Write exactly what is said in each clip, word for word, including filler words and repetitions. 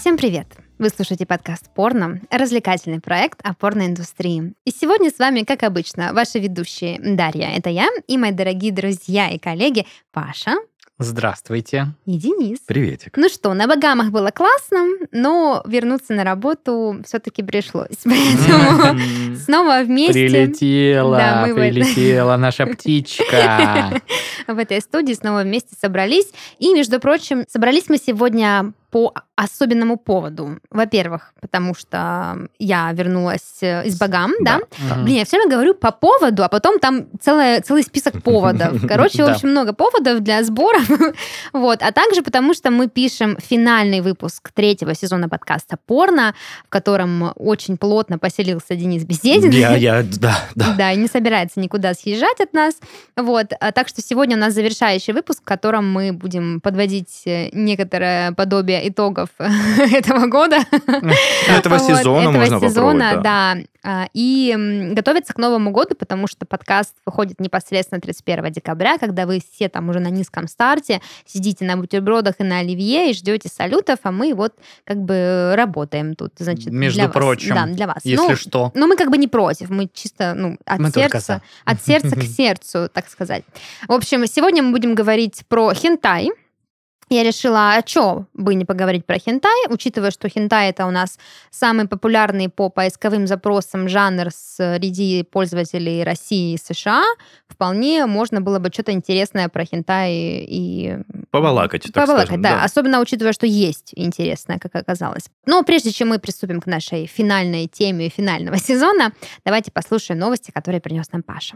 Всем привет! Вы слушаете подкаст «Порно», развлекательный проект о порноиндустрии. И сегодня с вами, как обычно, ваши ведущие Дарья, это я, и мои дорогие друзья и коллеги Паша. Здравствуйте. И Денис. Приветик. Ну что, на Багамах было классно, но вернуться на работу все-таки пришлось. Поэтому снова вместе... Прилетела, Да, мы в этой- прилетела наша птичка. в этой студии снова вместе собрались. И, между прочим, собрались мы сегодня по особенному поводу. Во-первых, потому что я вернулась из Багам, да? Мгм. Блин, я все время говорю по поводу, а потом там целая, целый список поводов. Короче, в Да. общем, много поводов для сборов. Вот. А также потому, что мы пишем финальный выпуск третьего сезона подкаста «Порно», в котором очень плотно поселился Денис Беседин. Я, я, да, да. Да, и не собирается никуда съезжать от нас. Вот. А Так что сегодня у нас завершающий выпуск, в котором мы будем подводить э, некоторое подобие итогов этого года. Этого Вот, сезона этого можно сезона, попробовать, да. да. А, И м, готовиться к Новому году, потому что подкаст выходит непосредственно тридцать первого декабря, когда вы все там уже на низком старте, сидите на бутербродах и на оливье и ждете салютов, а мы вот как бы работаем тут, значит, Между для вас. прочим, Да, для вас. Если Ну, что. но мы как бы не против, мы чисто ну, от Мы только сердца, за. от сердца к сердцу, так сказать. В общем, сегодня мы будем говорить про хентай. Я решила, а что бы не поговорить про хентай, учитывая, что хентай это у нас самый популярный по поисковым запросам жанр среди пользователей России и США. Вполне можно было бы что-то интересное про хентай и Побалакать, так побалакать, скажем. да. Особенно учитывая, что есть интересное, как оказалось. Но прежде чем мы приступим к нашей финальной теме финального сезона, давайте послушаем новости, которые принес нам Паша.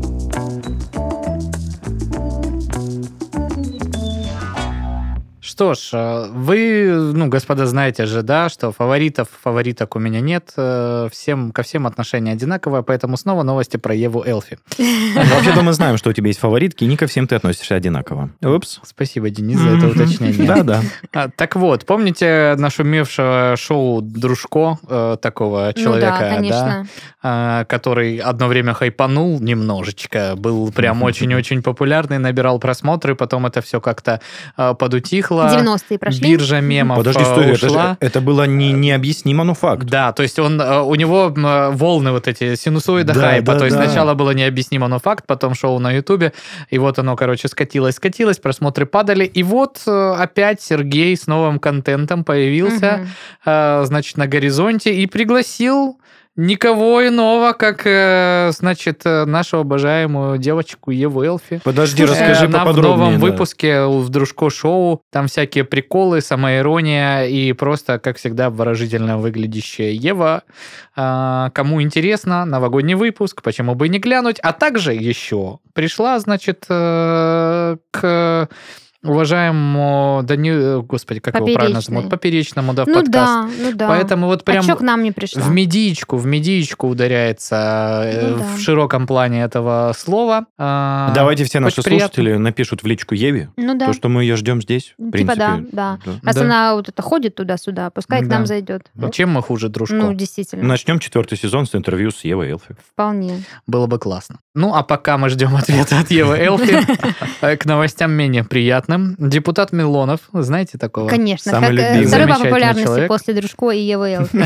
Что ж, э, вы, ну, господа, знаете же, да, что фаворитов, фавориток у меня нет. э, Всем, ко всем отношение одинаковое, поэтому снова новости про Еву Элфи. Вообще-то мы знаем, что у тебя есть фаворитки, и не ко всем ты относишься одинаково. Упс. Спасибо, Денис, за это уточнение. Да, да. А, Так вот, помните нашумевшего шоу «Дружко», э, такого человека, ну да, конечно. а, который одно время хайпанул немножечко, был прям очень-очень популярный, набирал просмотры, потом это все как-то а, подутихло. девяностые прошли. Биржа мемов Подожди, а, стой, это, ушла. же- это было не, необъяснимо, но факт. Да, то есть он, э, у него м, волны вот эти, синусоида Да, хайпа. да, То есть да. сначала было необъяснимо, но факт, потом шоу на Ютубе, и вот оно, короче, скатилось, скатилось, просмотры падали, и вот э, опять Сергей с новым контентом появился, Мгм. э, значит, на горизонте и пригласил никого иного, как, э, значит, э, нашу обожаемую девочку Еву Элфи. Подожди, Э, расскажи на- поподробнее. В новом да. выпуске в Дружко шоу там всякие приколы, самоирония и просто, как всегда, обворожительно выглядящая Ева. А, Кому интересно, новогодний выпуск, почему бы и не глянуть. А также еще пришла, значит, э, к уважаемому Дани... Господи, как его правильно Поперечный. зовут? Поперечному, да, в Ну подкаст. да, ну да. Поэтому вот прям А чё к нам не пришла? в медичку, в медичку ударяется э, Ну да. в широком плане этого слова. А, Давайте все наши очень приятно. слушатели напишут в личку Еве, Ну да. то, что мы ее ждем здесь. В Типа принципе. да, да. Раз Да. она вот это ходит туда-сюда, пускай к Да. нам зайдет. Чем мы хуже дружко? Ну, действительно, Начнем четвертый сезон с интервью с Евой Элфи. вполне. Было бы классно. Ну, а пока мы ждем ответа от Евы Элфи, э, к новостям менее приятным. Депутат Милонов, знаете такого? Конечно, Самый как э, любимый. второй по Замечательный популярности человек. после Дружко и Евы Элфи.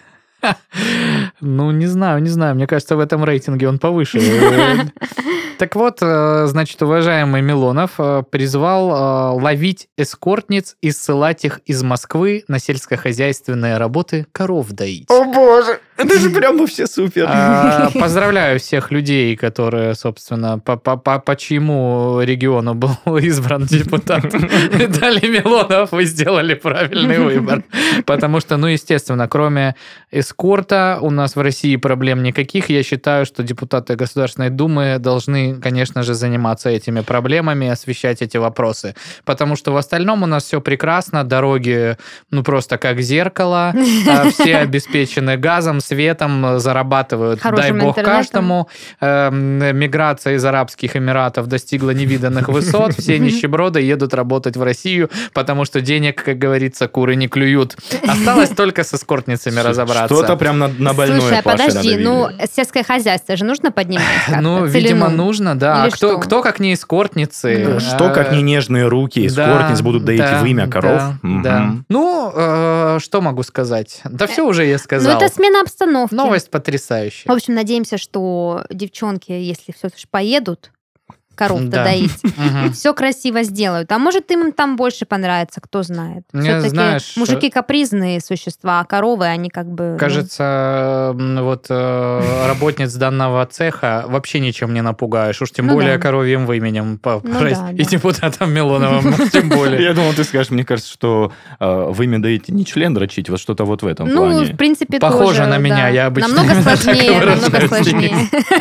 Ну, не знаю, не знаю. Мне кажется, в этом рейтинге он повыше. Э, Так вот, э, значит, уважаемый Милонов э, призвал э, ловить эскортниц и ссылать их из Москвы на сельскохозяйственные работы коров доить. О боже, это же прям вообще супер. А, Поздравляю всех людей, которые, собственно, по, по, по, по чьему региону был избран депутат Виталий Милонов. Вы сделали правильный выбор. Потому что, ну, естественно, кроме эскорта у нас в России проблем никаких. Я считаю, что депутаты Государственной Думы должны, конечно же, заниматься этими проблемами, освещать эти вопросы. Потому что в остальном у нас все прекрасно. Дороги, ну, просто как зеркало. А Все обеспечены газом, светом, зарабатывают, Хорошим дай бог, интернетом. каждому. Эм, Миграция из Арабских Эмиратов достигла невиданных высот. Все нищеброды едут работать в Россию, потому что денег, как говорится, куры не клюют. Осталось только с эскортницами разобраться. Что-то прям на, на больное Слушай, а Паше подожди, надавили. ну, сельское хозяйство же нужно поднимать как-то? Ну, Целину? видимо, нужно, да. Или А кто, что? кто как не эскортницы? Ну, Что, как не нежные руки, эскортниц будут доить да, в имя коров? Да, Мгм. да. Ну, э, что могу сказать? Да все уже я Ну, сказал. это смена обстановки. Новость потрясающая. В общем, надеемся, что девчонки, если все-таки поедут коров-то Да. доить, Мгм. все красиво сделают. А может, им там больше понравится, кто знает. Не, Все-таки знаешь, мужики капризные существа, а коровы, они как бы... ну, Кажется, м, вот э, работниц данного цеха вообще ничем не напугаешь. Уж тем Ну более да. коровьим выменем. по- Ну про- да, И да. депутатом Милоновым уж тем более. Я думал, ты скажешь, мне кажется, что э, вы имя даете не член дрочить, вот что-то вот в этом Ну, плане. в принципе, Похоже тоже, на меня, да. я обычно Намного именно так и сложнее, намного выражаюсь, сложнее.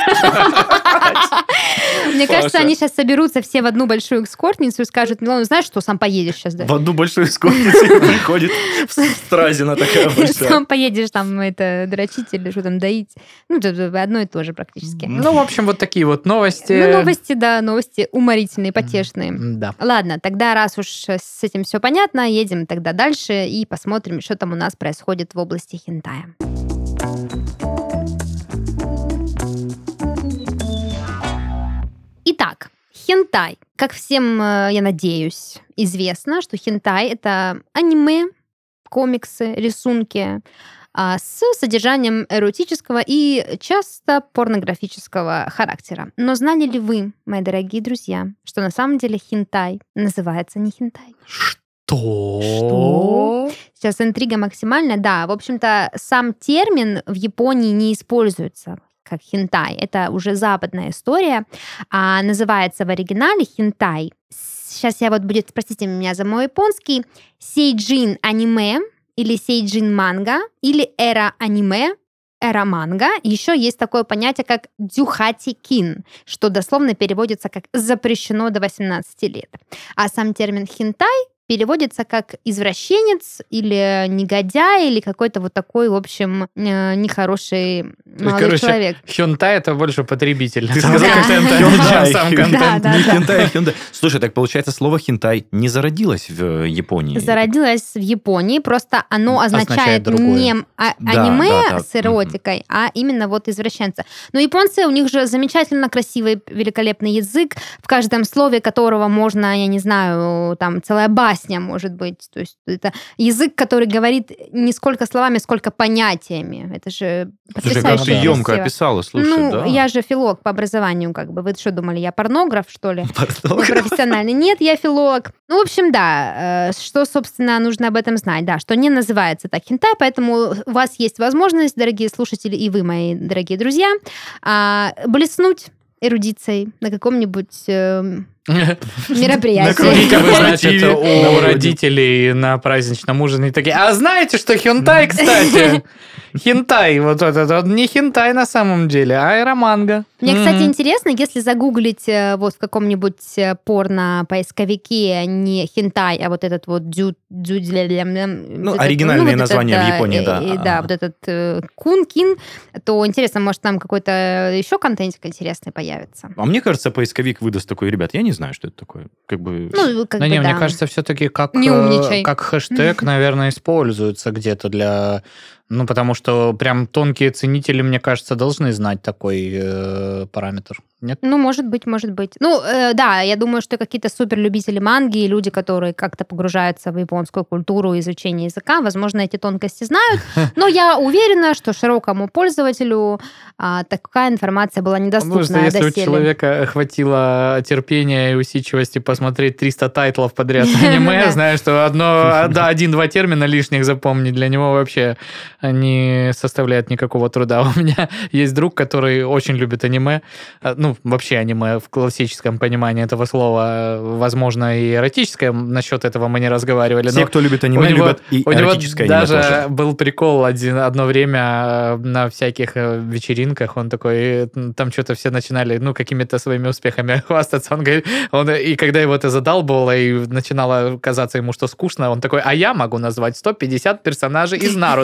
Мне кажется, Паша. они сейчас соберутся все в одну большую эскортницу и скажут: Милон, знаешь что, сам поедешь сейчас, да? В одну большую эскортницу приходит Стразина такая большая. Сам поедешь там это дрочить или что там доить. Ну, это одно и то же практически. Ну, в общем, вот такие вот новости. Ну, новости, да, новости уморительные, потешные. Да. Ладно, тогда раз уж с этим все понятно, едем тогда дальше и посмотрим, что там у нас происходит в области хентая. Итак, хентай. Как всем, э, я надеюсь, известно, что хентай — это аниме, комиксы, рисунки а, с содержанием эротического и часто порнографического характера. Но знали ли вы, мои дорогие друзья, что на самом деле хентай называется не хентай? Что? Что? Сейчас интрига максимальная. Да, в общем-то, сам термин в Японии не используется как хентай. Это уже западная история. А называется в оригинале хентай. Сейчас я вот будет, простите меня за мой японский, сейджин аниме или сейджин манга или эра аниме, эра манга. Еще есть такое понятие, как дзюхати кин, что дословно переводится как запрещено до восемнадцати лет. А сам термин хентай переводится как извращенец или негодяй, или какой-то вот такой, в общем, э, нехороший молодой Короче, человек. Хентай это больше потребитель. Ты сказал, Да. как контента, хентай. чем сам Да, контент. да, Не да. хентай, а хентай. Слушай, так получается, слово хентай не зародилось в э, Японии. Зародилось в Японии, просто оно Означает означает другое. не а- Да, аниме да, да. с эротикой, а именно вот извращенца. Но японцы, у них же замечательно красивый, великолепный язык, в каждом слове которого можно, я не знаю, там целая басня может быть. То есть это язык, который говорит не сколько словами, сколько понятиями. Это же Слушай, потрясающе как ты емко красиво. описала, слушай, ну, да. я же филолог по образованию, как бы. Вы что думали, я порнограф, что ли? Пардон. Профессиональный. Нет, я филолог. Ну, в общем, да, э, что, собственно, нужно об этом знать. Да, что не называется так хентай, поэтому у вас есть возможность, дорогие слушатели, и вы, мои дорогие друзья, а, блеснуть эрудицией на каком-нибудь э, мероприятии. Круги, вы, значит, На у Новгороде. родителей на праздничном ужине такие, а знаете, что хентай, кстати? Хентай, вот этот, вот не хентай на самом деле, а эроманга. Мне, кстати, Мгм. интересно, если загуглить э, вот в каком-нибудь э, порно-поисковике не хентай, а вот этот вот дзю... дзю Ну, оригинальные названия в Японии, да. И, да, вот этот э, кун-кин, то интересно, может, там какой-то еще контентик интересный появится. А мне кажется, поисковик выдаст такой, ребят, я не знаю, что это такое. Как бы... Ну, как Ну, бы, не, да. мне кажется, все-таки как, Не э, умничай. как хэштег, наверное, используется где-то для... Ну, потому что прям тонкие ценители, мне кажется, должны знать такой э, параметр. Нет? Ну, может быть, может быть. Ну, э, да, я думаю, что какие-то суперлюбители манги, люди, которые как-то погружаются в японскую культуру и изучение языка, возможно, эти тонкости знают, но я уверена, что широкому пользователю а, такая информация была Потому что недоступна если у доселе. человека хватило терпения и усидчивости посмотреть триста тайтлов подряд аниме, Да. знаешь, что одно, да, один-два термина лишних запомнить для него вообще не составляет никакого труда. У меня есть друг, который очень любит аниме, ну, вообще аниме в классическом понимании этого слова, возможно, и эротическое, насчет этого мы не разговаривали. Все, но кто любит аниме, у него- любят и у него эротическое аниме даже тоже. был прикол один, одно время на всяких э, вечеринках, он такой, э, там что-то все начинали, ну, какими-то своими успехами хвастаться, он говорит, он, и когда его это задалбывало, и начинало казаться ему, что скучно, он такой, а я могу назвать сто пятьдесят персонажей из Наруто.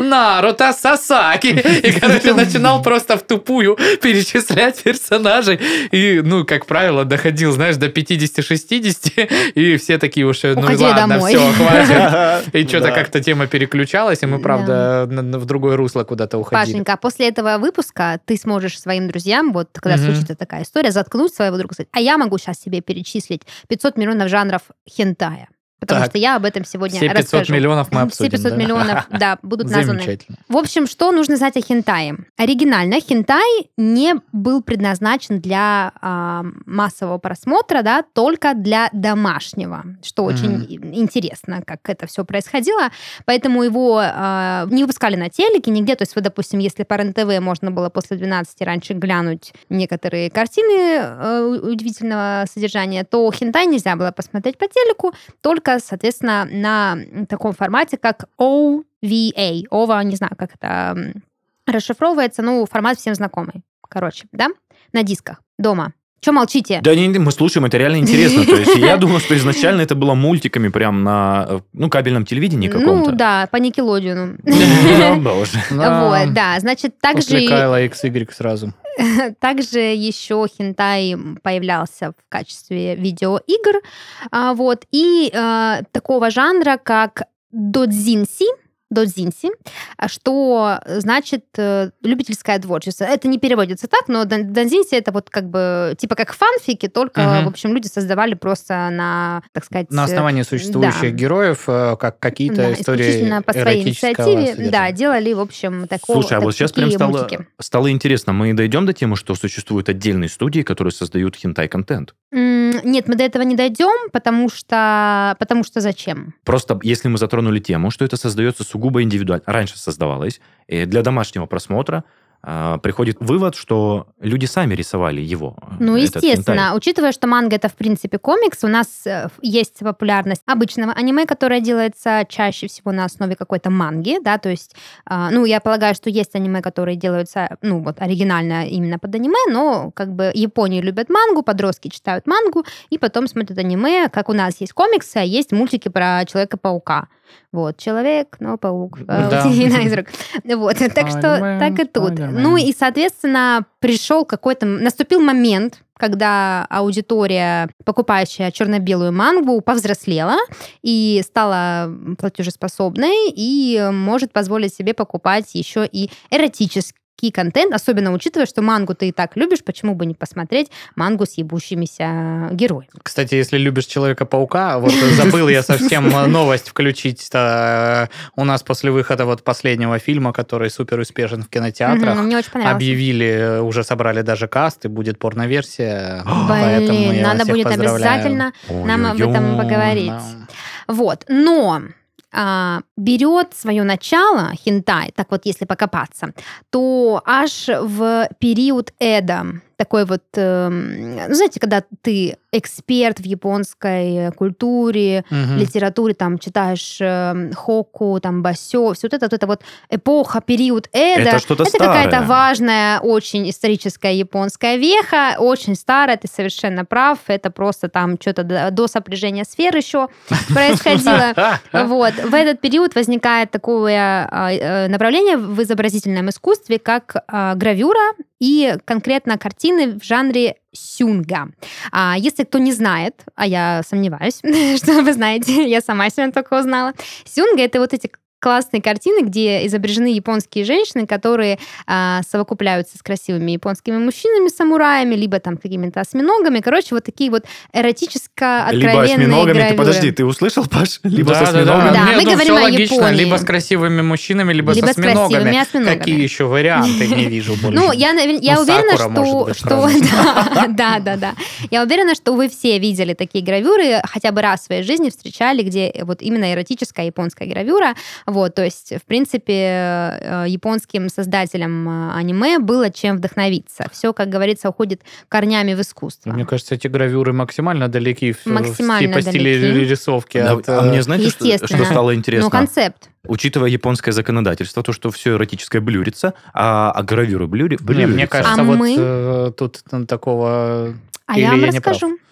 Наруто, Сасаки. И, короче, начинал просто в тупую перечислять персонажей. И, ну, как правило, доходил, знаешь, до пятьдесят-шестьдесят, и все такие уж, ну Уходили ладно, домой. все, хватит. И что-то Да. как-то тема переключалась, и мы, правда, на- на- в другое русло куда-то уходили. Пашенька, а после этого выпуска ты сможешь своим друзьям, вот когда Мгм. случится такая история, заткнуть своего друга и сказать, а я могу сейчас себе перечислить пятьсот миллионов жанров хентая. Потому Так. что я об этом сегодня Все пятьсот расскажу. миллионов мы Все обсудим, пятьсот да? миллионов, да, будут названы. Замечательно. В общем, что нужно знать о хентае? Оригинально хентай не был предназначен для а, массового просмотра, да, только для домашнего, что очень Мгм. интересно, как это все происходило. Поэтому его а, не выпускали на телеке нигде. То есть, вы, допустим, если по РЕН-ТВ можно было после двенадцати раньше глянуть некоторые картины э, удивительного содержания, то хентай нельзя было посмотреть по телеку, только, соответственно, на таком формате, как о ви эй. ова, не знаю, как это м, расшифровывается, ну, формат всем знакомый. Короче, да? На дисках, дома. Че молчите? Да, не, не, мы слушаем, это реально интересно. То есть я думал, что изначально это было мультиками прям на э, ну, кабельном телевидении каком-то. Ну, да, по Никелодеону. Ну, боже. Вот, да. Значит, также... После Кайла икс игрек сразу. Также еще хентай появлялся в качестве видеоигр. А, вот, и э, такого жанра, как додзинси, додзинси, а что значит э, любительское творчество. Это не переводится так, но дан- додзинси это вот как бы типа как фанфики, только, Мгм. в общем, люди создавали просто на, так сказать... На основании э, существующих да. героев, э, как какие-то Да, истории исключительно по своей эротического инициативе, содержания. да, делали, в общем, такого, Слушай, а вот так- сейчас прям такие стало, мультики. стало интересно. Мы дойдем до темы, что существуют отдельные студии, которые создают хентай-контент. М, Нет, мы до этого не дойдем, потому что, потому что зачем? Просто если мы затронули тему, что это создается сугубо индивидуально, раньше создавалось, и для домашнего просмотра, а, приходит вывод, что люди сами рисовали его. Ну, этот естественно, хентай. учитывая, что манга это, в принципе, комикс, у нас э, есть популярность обычного аниме, которое делается чаще всего на основе какой-то манги, да, то есть, а, ну, я полагаю, что есть аниме, которые делаются, ну, вот, оригинально именно под аниме, но, как бы, Японии любят мангу, подростки читают мангу, и потом смотрят аниме, как у нас есть комиксы, а есть мультики про Человека-паука. Вот, человек, но паук, Да. утина из рук. Вот, так что, Спайдермен, так и тут. Спайдермен. Ну, и, соответственно, пришел какой-то... Наступил момент, когда аудитория, покупающая черно-белую мангу, повзрослела и стала платежеспособной и может позволить себе покупать еще и эротический контент, особенно учитывая, что мангу ты и так любишь, почему бы не посмотреть мангу с ебущимися героями. Кстати, если любишь Человека-паука, вот забыл я совсем новость включить. э, У нас после выхода вот последнего фильма, который супер успешен в кинотеатрах, Мгм, мне очень понравилось. объявили, уже собрали даже каст, и будет порноверсия. Поэтому Блин, я надо вас всех будет поздравляю. обязательно нам об этом Ой-ой-ой. поговорить. Да. Вот, но а, берет свое начало хентай, так вот, если покопаться, то аж в период Эда, такой вот, эм, ну, знаете, когда ты эксперт в японской культуре, Мгм. литературе, там, читаешь эм, Хоку, там, Басё, все вот это, вот это вот эпоха, период Эда, Это что-то какая-то старое. важная, очень историческая японская веха, очень старая, ты совершенно прав, это просто там что-то до, до сопряжения сфер еще происходило. Вот. В этот период возникает такое а, э, направление в изобразительном искусстве, как а, гравюра и конкретно картины в жанре сюнга. А если кто не знает, а я сомневаюсь, что вы знаете, я сама сегодня только узнала, сюнга — это вот эти классные картины, где изображены японские женщины, которые а, совокупляются с красивыми японскими мужчинами-самураями, либо там какими-то осьминогами. Короче, вот такие вот эротическо-откровенные Либо осьминогами. Ты гравюры. подожди, ты услышал, Паш? Либо Да, с да, да. осьминогами. Да, Нет, мы ну, говорим всё о логично. Японии. Либо с красивыми мужчинами, либо, Либо со с красивыми осьминогами. осьминогами. Какие еще варианты не вижу больше? Ну, я, навер- я Ну, уверена, Сакура, может что... быть, что правда. да, да, да, да. Я уверена, что вы все видели такие гравюры, хотя бы раз в своей жизни встречали, где вот именно эротическая японская гравюра. Вот, то есть, в принципе, э, японским создателям э, аниме было чем вдохновиться. Все, как говорится, уходит корнями в искусство. Мне кажется, эти гравюры максимально далеки в, Максимально в сти- по стиле далеки. рисовки. Да, от, а э, мне, знаете, что, Естественно. что стало Ну, интересно? концепт. Учитывая японское законодательство, то, что все эротическое блюрится, а, а гравюры блюри, не, блюрится. мне кажется, А вот мы? э, тут ну, такого... А Или я вам я не прав? расскажу.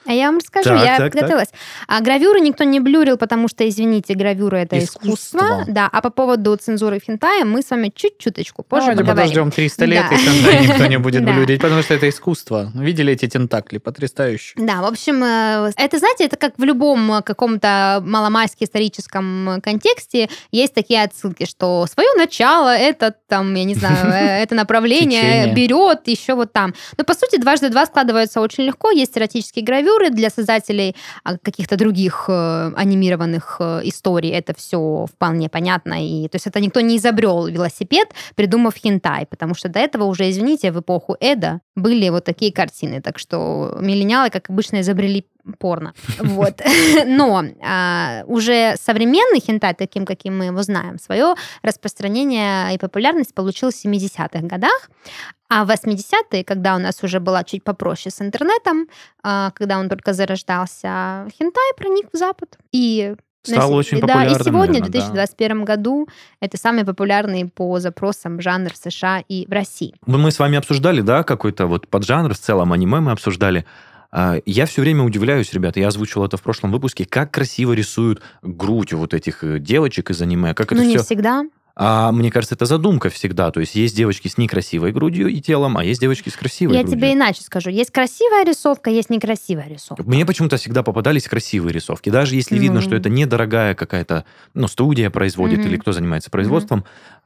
А я вам расскажу, Так, я так, подготовилась. А гравюры никто не блюрил, потому что, извините, гравюра — это искусство. Искусство. Да, а по поводу цензуры хентая мы с вами чуть-чуточку позже Давайте поговорим. подождем триста лет, Да. и хентай никто не будет Да. блюдить, потому что это искусство. Видели эти тентакли? Потрясающе. Да, в общем, э, это, знаете, это как в любом э, каком-то маломальски историческом контексте есть такие отсылки, что свое начало это там, я не знаю, э, это направление Течение. берет еще вот там. Но, по сути, дважды два складывается очень легко. Есть эротические гравюры для создателей а, каких-то других э, анимированных э, историй. Это все вполне понятно. И, то есть это никто не изобрел велосипед, придумав хентай, потому что до этого уже, извините, в эпоху Эда были вот такие картины. Так что миллениалы, как обычно, изобрели порно. Вот. Но а, уже современный хентай, таким, каким мы его знаем, свое распространение и популярность получил в семидесятых годах. А в восьмидесятые, когда у нас уже была чуть попроще с интернетом, а, когда он только зарождался, хентай проник в Запад. И Стал на се- очень да, популярным, и сегодня, в наверное, две тысячи да. двадцать первом году, это самый популярный по запросам жанр в США и в России. Мы с вами обсуждали, да, какой-то вот поджанр, в целом аниме мы обсуждали. А, Я все время удивляюсь, ребята, я озвучил это в прошлом выпуске, как красиво рисуют грудь у вот этих э, девочек из аниме, как это Ну, не все... всегда. А мне кажется, это задумка всегда. То есть есть девочки с некрасивой грудью и телом, а есть девочки с красивой Я грудью. тебе иначе скажу. Есть красивая рисовка, есть некрасивая рисовка. Мне почему-то всегда попадались красивые рисовки. Даже если видно, Ну. что это недорогая какая-то, ну, студия производит Мгм. или кто занимается производством,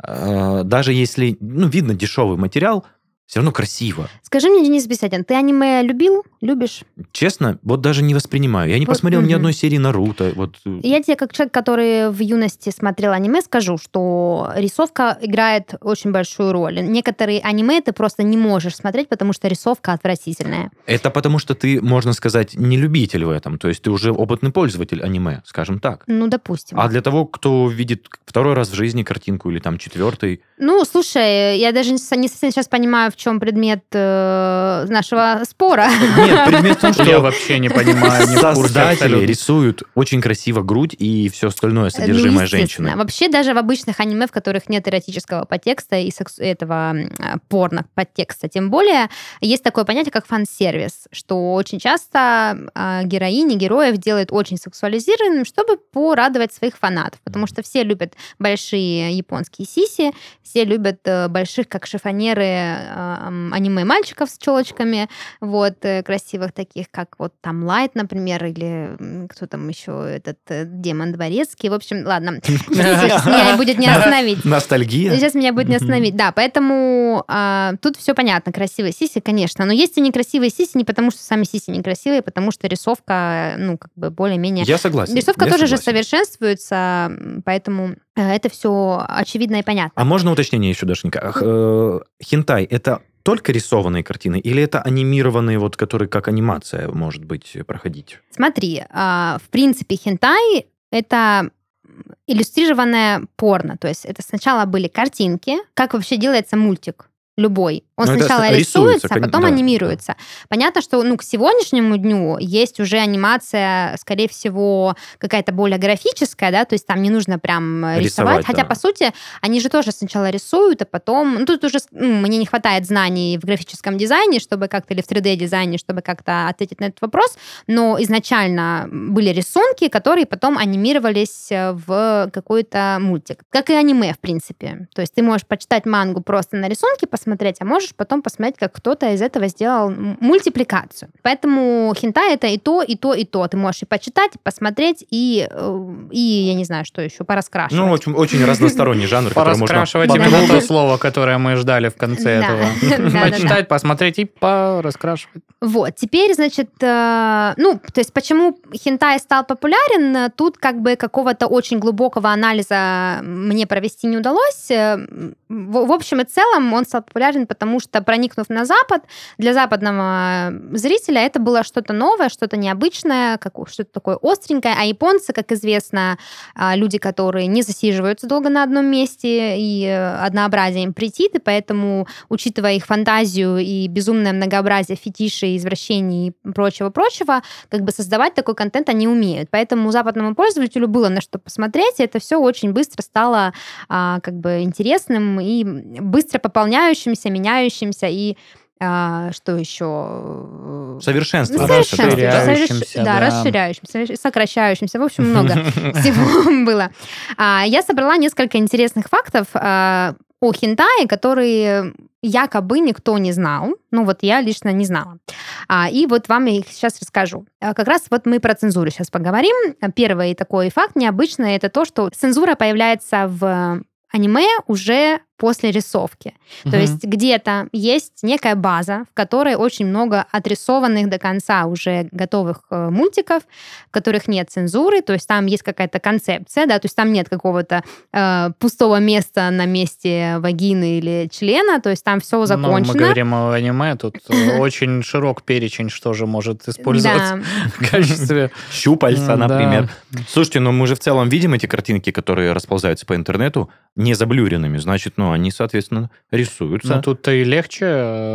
э, даже если, ну, видно дешевый материал, все равно красиво. Скажи мне, Денис Беседин, ты аниме любил? Любишь? Честно, вот даже не воспринимаю. Я не Вот, посмотрел ни мгм. одной серии Наруто. Вот. э, Я тебе, как человек, который в юности смотрел аниме, скажу, что рисовка играет очень большую роль. Некоторые аниме ты просто не можешь смотреть, потому что рисовка отвратительная. Это потому, что ты, можно сказать, не любитель в этом. То есть ты уже опытный пользователь аниме, скажем так. Ну, допустим. А для того, кто видит второй раз в жизни картинку или там четвертый, Ну, слушай, я даже не со- не совсем сейчас понимаю, в чем предмет э, нашего спора. нет, предмет в том, Я что вообще не понимаю, не в курсе создатели абсолютно. рисуют очень красиво грудь и все остальное Ну, содержимое естественно. женщины. Вообще даже в обычных аниме, в которых нет эротического подтекста и секс- этого м, а, порно-подтекста, тем более есть такое понятие, как фан-сервис, что очень часто а, героини, героев делают очень сексуализированным, чтобы порадовать своих фанатов, потому что все любят большие японские сиси, все любят э, больших, как шифонеры, э, м, аниме-мальчиков с челочками, вот, э, красивых таких, как вот там Лайт, например, или м, кто там еще, этот э, Демон Дворецкий. В общем, ладно, сейчас меня будет не остановить. Ностальгия. Сейчас меня будет не Мгм. остановить. Да, поэтому а, тут все понятно. Красивые сиси, конечно. Но есть и некрасивые сиси не потому, что сами сиси некрасивые, потому что рисовка, ну, как бы более-менее... Я согласен. Рисовка я тоже же согласен. совершенствуется, м, поэтому э, это все очевидно и понятно. А можно уточнение еще, Дашенька? Ах, э, Хентай — это только рисованные картины или это анимированные, вот, которые как анимация, может быть, проходить? Смотри, а, в принципе, хентай — это иллюстрированное порно. То есть это сначала были картинки, как вообще делается мультик любой. Он Ну, это сначала с- рисуется, рисуется, а кон- потом да, анимируется. Понятно, что ну, к сегодняшнему дню есть уже анимация, скорее всего, какая-то более графическая, да, то есть там не нужно прям рисовать. Рисовать, Хотя, да. по сути, они же тоже сначала рисуют, а потом... Ну, тут уже ну, мне не хватает знаний в графическом дизайне, чтобы как-то, или в три дэ-дизайне, чтобы как-то ответить на этот вопрос, но изначально были рисунки, которые потом анимировались в какой-то мультик. Как и аниме, в принципе. То есть ты можешь почитать мангу просто на рисунке, посмотреть, а можешь потом посмотреть, как кто-то из этого сделал м- мультипликацию. Поэтому хентай — это и то, и то, и то. Ты можешь и почитать, и посмотреть, и, э, и я не знаю, что еще, пораскрашивать. Ну, очень, очень разносторонний жанр, который можно... Пораскрашивать Да. именно то слово, которое мы ждали в конце Да. этого. Да-да-да. Почитать, посмотреть и пораскрашивать. Вот, теперь, значит, э, ну, то есть почему хентай стал популярен, э, тут как бы какого-то очень глубокого анализа мне провести не удалось. Э, В, в общем и целом он стал популярен, потому что, проникнув на Запад, для западного зрителя это было что-то новое, что-то необычное, как, что-то такое остренькое, а японцы, как известно, э, люди, которые не засиживаются долго на одном месте, и э, однообразие им претит, и поэтому, учитывая их фантазию и безумное многообразие фетишей, извращений и прочего-прочего, как бы создавать такой контент они умеют. Поэтому западному пользователю было на что посмотреть, и это все очень быстро стало а, как бы интересным и быстро пополняющимся, меняющимся и а, что еще? Совершенство. Расширяющимся, да, да. расширяющимся, сокращающимся. В общем, много всего было. А, Я собрала несколько интересных фактов а, о хентае, которые якобы никто не знал. Ну, вот я лично не знала. А, И вот вам я их сейчас расскажу. А, Как раз вот мы про цензуру сейчас поговорим. Первый такой факт необычный — это то, что цензура появляется в аниме уже после рисовки. То Мгм. есть где-то есть некая база, в которой очень много отрисованных до конца уже готовых э, мультиков, в которых нет цензуры, то есть там есть какая-то концепция, да, то есть там нет какого-то э, пустого места на месте вагины или члена, то есть там все Ну, закончено. мы говорим о аниме, тут э, очень широк перечень, что же может использоваться Да. в качестве... Щупальца, М, да. например. Слушайте, ну мы же в целом видим эти картинки, которые расползаются по интернету, не заблюренными. Значит, ну, они, соответственно, рисуются. Ну, тут-то и легче,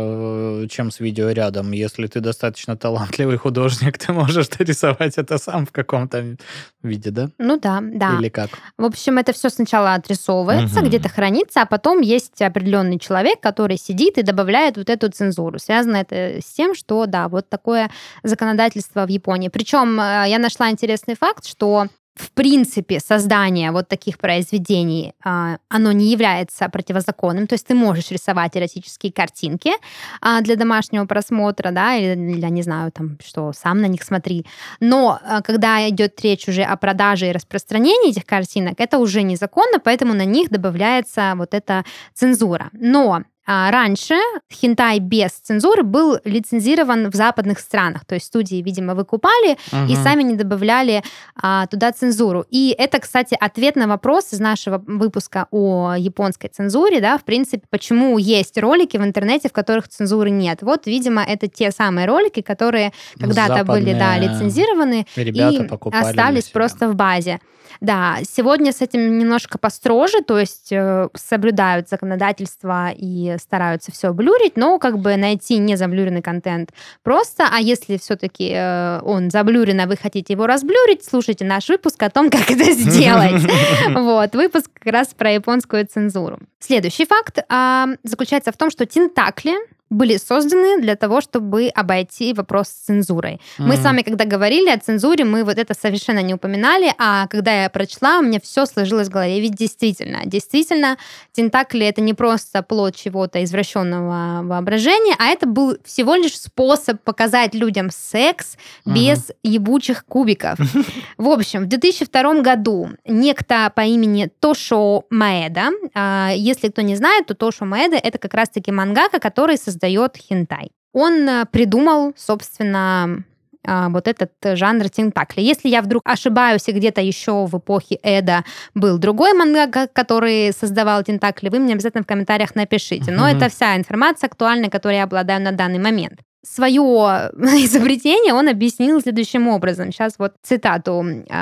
э, чем с видео рядом. Если ты достаточно талантливый художник, ты можешь рисовать это сам в каком-то виде, да? Ну да, да. Или как? В общем, это все сначала отрисовывается, Мгм. где-то хранится, а потом есть определенный человек, который сидит и добавляет вот эту цензуру. Связано это с тем, что, да, вот такое законодательство в Японии. Причем э, я нашла интересный факт, что в принципе создание вот таких произведений, а, оно не является противозаконным, то есть ты можешь рисовать эротические картинки а, для домашнего просмотра, да, или, я не знаю, там, что, сам на них смотри. Но а, когда идет речь уже о продаже и распространении этих картинок, это уже незаконно, поэтому на них добавляется вот эта цензура. Но а, раньше хентай без цензуры был лицензирован в западных странах, то есть студии, видимо, выкупали и Мгм. сами не добавляли а, туда цензуру. И это, кстати, ответ на вопрос из нашего выпуска о японской цензуре, да, в принципе, почему есть ролики в интернете, в которых цензуры нет. Вот, видимо, это те самые ролики, которые когда-то были, да, Западные лицензированы Ребята и покупали остались для себя. просто в базе. Да, сегодня с этим немножко построже, то есть э, соблюдают законодательство и стараются все блюрить, но как бы найти незаблюренный контент просто. А если все-таки э, он заблюрен, а вы хотите его разблюрить, слушайте наш выпуск о том, как это сделать. Вот, выпуск как раз про японскую цензуру. Следующий факт а, заключается в том, что тентакли были созданы для того, чтобы обойти вопрос с цензурой. Мы с Мгм. вами, когда говорили о цензуре, мы вот это совершенно не упоминали, а когда я прочла, у меня все сложилось в голове. Ведь действительно, действительно, тентакли — это не просто плод чего-то извращенного воображения, а это был всего лишь способ показать людям секс Мгм. без ебучих кубиков. В общем, в две тысячи втором году некто по имени Тошо Маэда, а, если кто не знает, то Тошо Маэда — это как раз-таки мангака, который создает хентай. Он э, придумал, собственно, а, вот этот э, жанр тентакли. Если я вдруг ошибаюсь, и где-то еще в эпохе Эда был другой мангака, который создавал тентакли, вы мне обязательно в комментариях напишите. Но Мгм. это вся информация актуальная, которую я обладаю на данный момент. Свое изобретение он объяснил следующим образом. Сейчас вот цитату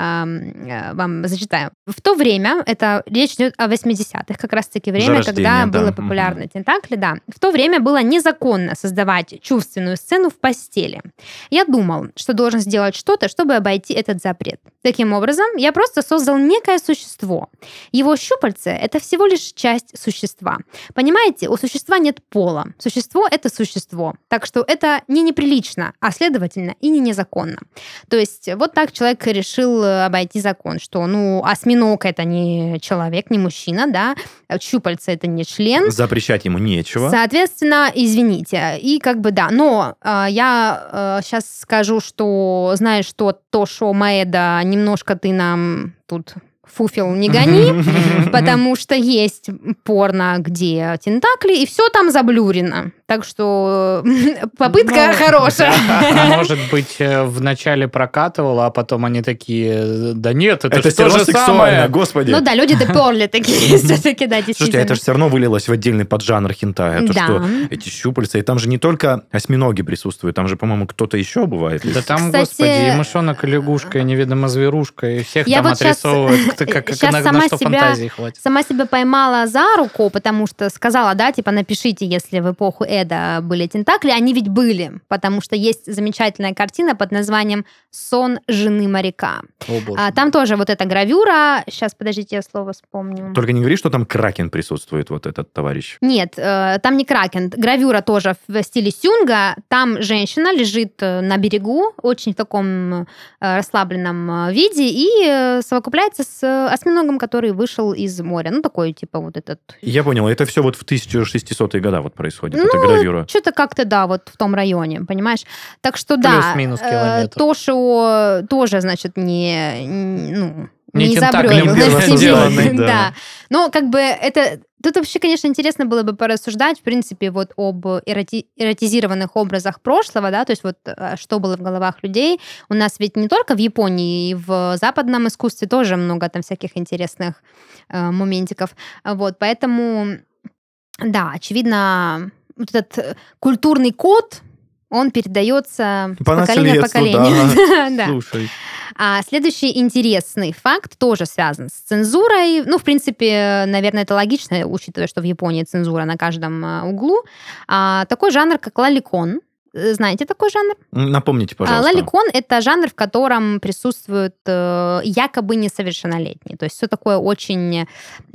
эм, э, вам зачитаю. В то время, это речь идет о восьмидесятых, как раз-таки время, Зарождение, когда да. было популярно тентакли, да. В то время было незаконно создавать чувственную сцену в постели. Я думал, что должен сделать что-то, чтобы обойти этот запрет. Таким образом, я просто создал некое существо. Его щупальце — это всего лишь часть существа. Понимаете, у существа нет пола. Существо — это существо. Так что это не неприлично, а следовательно и не незаконно. То есть вот так человек решил обойти закон, что, ну, осьминог — это не человек, не мужчина, да, щупальце — это не член. Запрещать ему нечего. Соответственно, извините. И как бы да. Но э, я э, сейчас скажу, что, знаешь что, Тошо Маэда, немножко ты нам тут фуфел не гони, потому что есть порно, где тентакли, и все там заблюрено. Так что попытка Ну, хорошая. Может быть, э, вначале прокатывало, а потом они такие, да нет, это, Это же то все же сексуально, самое. господи. Ну да, люди доперли такие, все-таки, да, действительно. Слушайте, это же все равно вылилось в отдельный поджанр хентая. То, Да. что эти щупальца, и там же не только осьминоги присутствуют, там же, по-моему, кто-то еще бывает. Да там, Кстати, господи, и мышонок, и лягушка, и неведомо зверушка, и всех Я там вот щас- отрисовывают, кто- как, как щас на, сама на что себя- фантазии хватит. Сама себя поймала за руку, потому что сказала, да, типа, напишите, если в эпоху Эда были тентакли, они ведь были, потому что есть замечательная картина под названием «Сон жены моряка». О, боже. А, там тоже вот эта гравюра. Сейчас, подождите, я слово вспомню. Только не говори, что там Кракен присутствует, вот этот товарищ. Нет, э, там не Кракен. Гравюра тоже в стиле сюнга. Там женщина лежит на берегу, очень в таком э, расслабленном виде, и э, совокупляется с осьминогом, который вышел из моря. Ну, такой, типа, вот этот... Я понял, это все вот в тысяча шестисотые года вот происходит, ну, эта гравюра. Что-то как-то, да, вот в том районе, понимаешь? Так что, да, Плюс-минус километр. то, что тоже, значит, не... Ну, Не не тентаклем изобрёл. сделанный, да. Да. Но как бы это... Тут вообще, конечно, интересно было бы порассуждать, в принципе, вот об эроти... эротизированных образах прошлого, да, то есть вот что было в головах людей. У нас ведь не только в Японии, и в западном искусстве тоже много там всяких интересных э, моментиков. Вот, поэтому, да, очевидно, вот этот культурный код, он передается По с поколения в наследству, поколение. Да. Слушай. А следующий интересный факт тоже связан с цензурой. Ну, в принципе, наверное, это логично, учитывая, что в Японии цензура на каждом а, углу. А, такой жанр, как лоликон. Знаете такой жанр? Напомните, А, пожалуйста. лоликон — это жанр, в котором присутствуют э, якобы несовершеннолетние. То есть все такое очень... Э,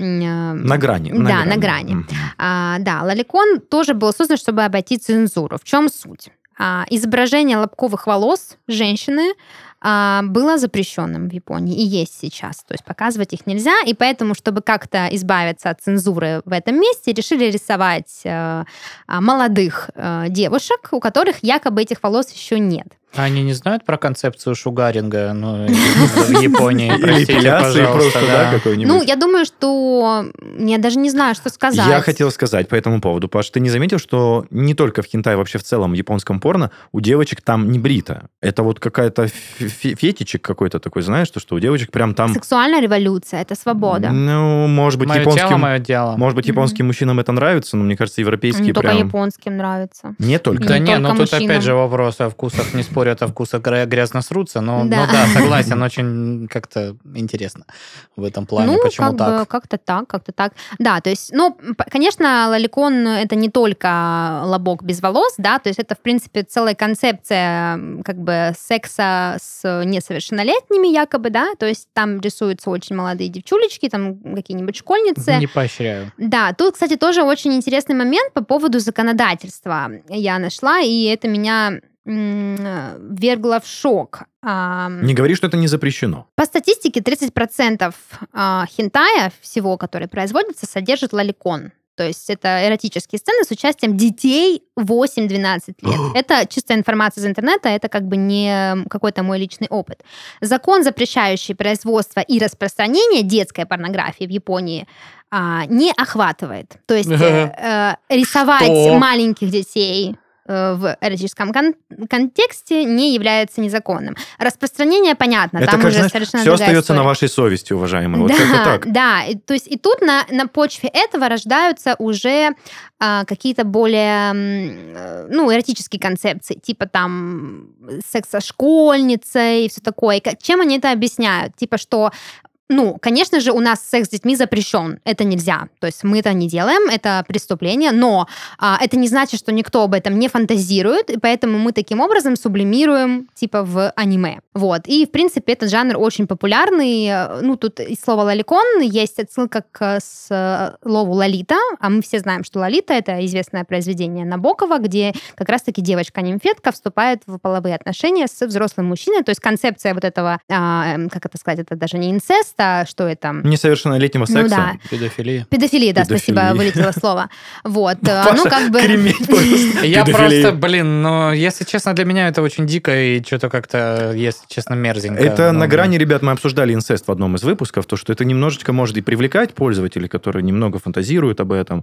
На грани. Да, на грани. Мгм. А, да, лоликон тоже был создан, чтобы обойти цензуру. В чем суть? А, изображение лобковых волос женщины а, было запрещенным в Японии и есть сейчас. То есть показывать их нельзя, и поэтому, чтобы как-то избавиться от цензуры в этом месте, решили рисовать э, молодых э, девушек, у которых якобы этих волос еще нет. Они не знают про концепцию шугаринга ну, в Японии? Или Простите, эпиляции пожалуйста. просто, да, Да. какой-нибудь. Ну, я думаю, что... Я даже не знаю, что сказать. Я хотел сказать по этому поводу, Паш, ты не заметил, что не только в хентай, вообще в целом в японском порно у девочек там не брито. Это вот какая-то фе- фетичек какой-то такой, знаешь, то, что у девочек прям там... Сексуальная революция — это свобода. Ну, может быть, Мое тело, японским... мое дело. Может быть, японским мужчинам это нравится, но мне кажется, европейские Не только прям... японским нравится. Не только. Да Не не, ну только тут опять мужчинам. же вопрос о вкусах, не спорят, о вкусах гря- грязно срутся, но Да. ну да, согласен, очень как-то интересно в этом плане, Ну, почему как так. бы как-то так, как-то так. Да, то есть, ну, п- конечно, лоликон — это не только лобок без волос, да, то есть это, в принципе, целая концепция м, как бы секса с несовершеннолетними якобы, да, то есть там рисуются очень молодые девчулечки, там какие-нибудь школьницы. Не поощряю. Да, тут, кстати, тоже очень интересный момент по поводу законодательства я нашла, и это меня м, ввергло в шок. А, Не говори, что это не запрещено. По статистике, тридцать процентов а, хентая всего, который производится, содержит лоликон. То есть это эротические сцены с участием детей восемь-двенадцать лет. Это чистая информация из интернета, это как бы не какой-то мой личный опыт. Закон, запрещающий производство и распространение детской порнографии в Японии, а, не охватывает. То есть э, э, рисовать Что? маленьких детей э, в эротическом кон- контексте не является незаконным. Распространение, понятно, Это, там как, уже знаешь, совершенно все другая остается история. на вашей совести, уважаемые. Вот да, как-то так. да. И, то есть и тут на, на почве этого рождаются уже а, какие-то более, м, э, ну, эротические концепции, типа там секс со школьницей и все такое. И как- чем они это объясняют? Типа, что ну, конечно же, у нас секс с детьми запрещен. Это нельзя. То есть мы это не делаем, это преступление, но а, это не значит, что никто об этом не фантазирует, и поэтому мы таким образом сублимируем, типа, в аниме. Вот. И, в принципе, этот жанр очень популярный. Ну, тут из слова «лоликон» есть отсылка к слову «лолита», а мы все знаем, что «лолита» — это известное произведение Набокова, где как раз-таки девочка-нимфетка вступает в половые отношения с взрослым мужчиной. То есть концепция вот этого, а, как это сказать, это даже не инцест, а что это? Несовершеннолетнего секса? Ну да. Педофилия. Педофилия, да, Педофилия. спасибо, вылетело слово. Вот, э, Паша, ну как бы... кремень просто. Я Педофилия. просто, блин, ну, если честно, для меня это очень дико и что-то как-то, если честно, мерзенько. Это Ну, на грани, ребят, мы обсуждали инцест в одном из выпусков, то, что это немножечко может и привлекать пользователей, которые немного фантазируют об этом,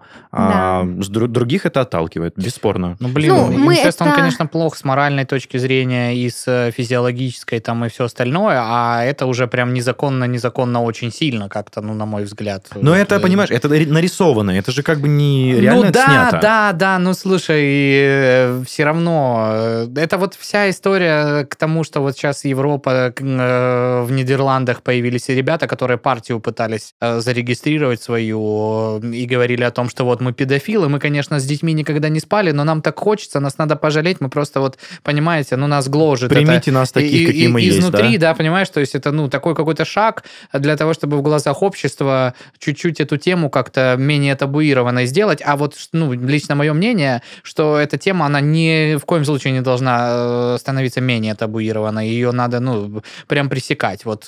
а с дру- других это отталкивает, бесспорно. Ну, блин, Ну, мы инцест, он, это- конечно, плох с моральной точки зрения и с физиологической там и все остальное, а это уже прям незаконно-незаконно исконно очень сильно как-то, ну, на мой взгляд. Но вот, это, э, понимаешь, это нарисовано, это же как бы не реально ну, да, снято. да, да, ну, слушай, все равно, э, это вот вся история к тому, что вот сейчас Европа, э, в Нидерландах появились ребята, которые партию пытались э, зарегистрировать свою э, и говорили о том, что вот мы педофилы, мы, конечно, с детьми никогда не спали, но нам так хочется, нас надо пожалеть, мы просто вот, понимаете, ну, нас гложет. Примите это, нас таких, и, какие и, мы есть, изнутри, да? да, понимаешь, то есть это, ну, такой какой-то шаг для того, чтобы в глазах общества чуть-чуть эту тему как-то менее табуированной сделать, а вот, ну, лично мое мнение, что эта тема, она ни в коем случае не должна становиться менее табуированной, ее надо, ну, прям пресекать, вот.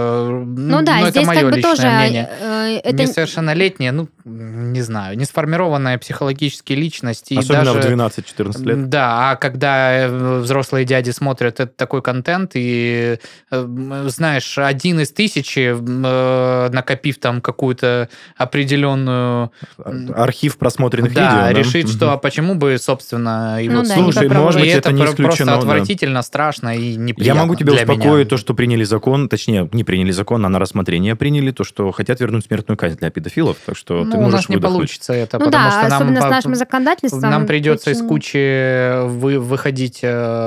Ну да, это здесь мое как бы личное тоже... мнение. э, это... Несовершеннолетние, ну, не знаю, не сформированная психологически личность. И Особенно даже, в двенадцать-четырнадцать лет. Да, а когда взрослые дяди смотрят этот такой контент, и, знаешь, один из тысячи, накопив там какую-то определенную... Архив просмотренных да, видео, да? решить, что а почему бы, собственно, его... Ну да, Слушай, не может и быть, это это не исключено. просто да. отвратительно, страшно и неприятно. Я могу тебя для успокоить, меня. то, что приняли закон, точнее, не приняли закон, а на рассмотрение приняли, то, что хотят вернуть смертную казнь для педофилов, так что Ну, ты у можешь нас не выдохнуть. получится это, Ну потому да, что нам, особенно с по- нашим законодательством. нам придется из очень- кучи вы, выходить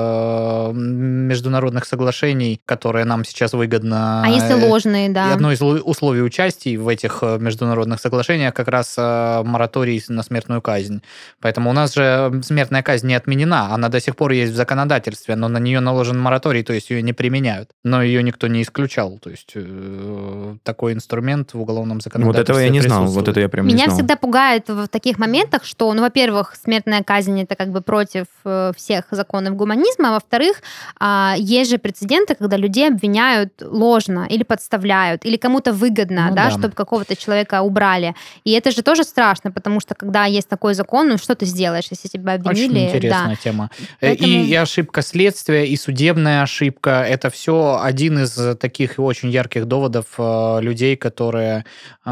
э, международных соглашений, которые нам сейчас выгодно. А если ложные, И да? одно из лу- условий участия в этих э, международных соглашениях как раз э, мораторий на смертную казнь. Поэтому у нас же смертная казнь не отменена, она до сих пор есть в законодательстве, но на нее наложен мораторий, то есть ее не применяют. Но ее никто не исключал, то есть э, такой инструмент в уголовном Вот законодательстве этого я не знал, вот присутствует. это я прям не Меня знал. всегда пугает в таких моментах, что, ну, во-первых, смертная казнь это как бы против э, всех законов гуманизма, а во-вторых, а, есть же прецеденты, когда людей обвиняют ложно или подставляют, или кому-то выгодно, Ну да, да. чтобы какого-то человека убрали. И это же тоже страшно, потому что когда есть такой закон, ну что ты сделаешь, если тебя обвинили? Очень интересная Да. тема. Поэтому- И, и ошибка следствия, и судебная ошибка. Это все один из таких очень ярких доводов э, людей, которые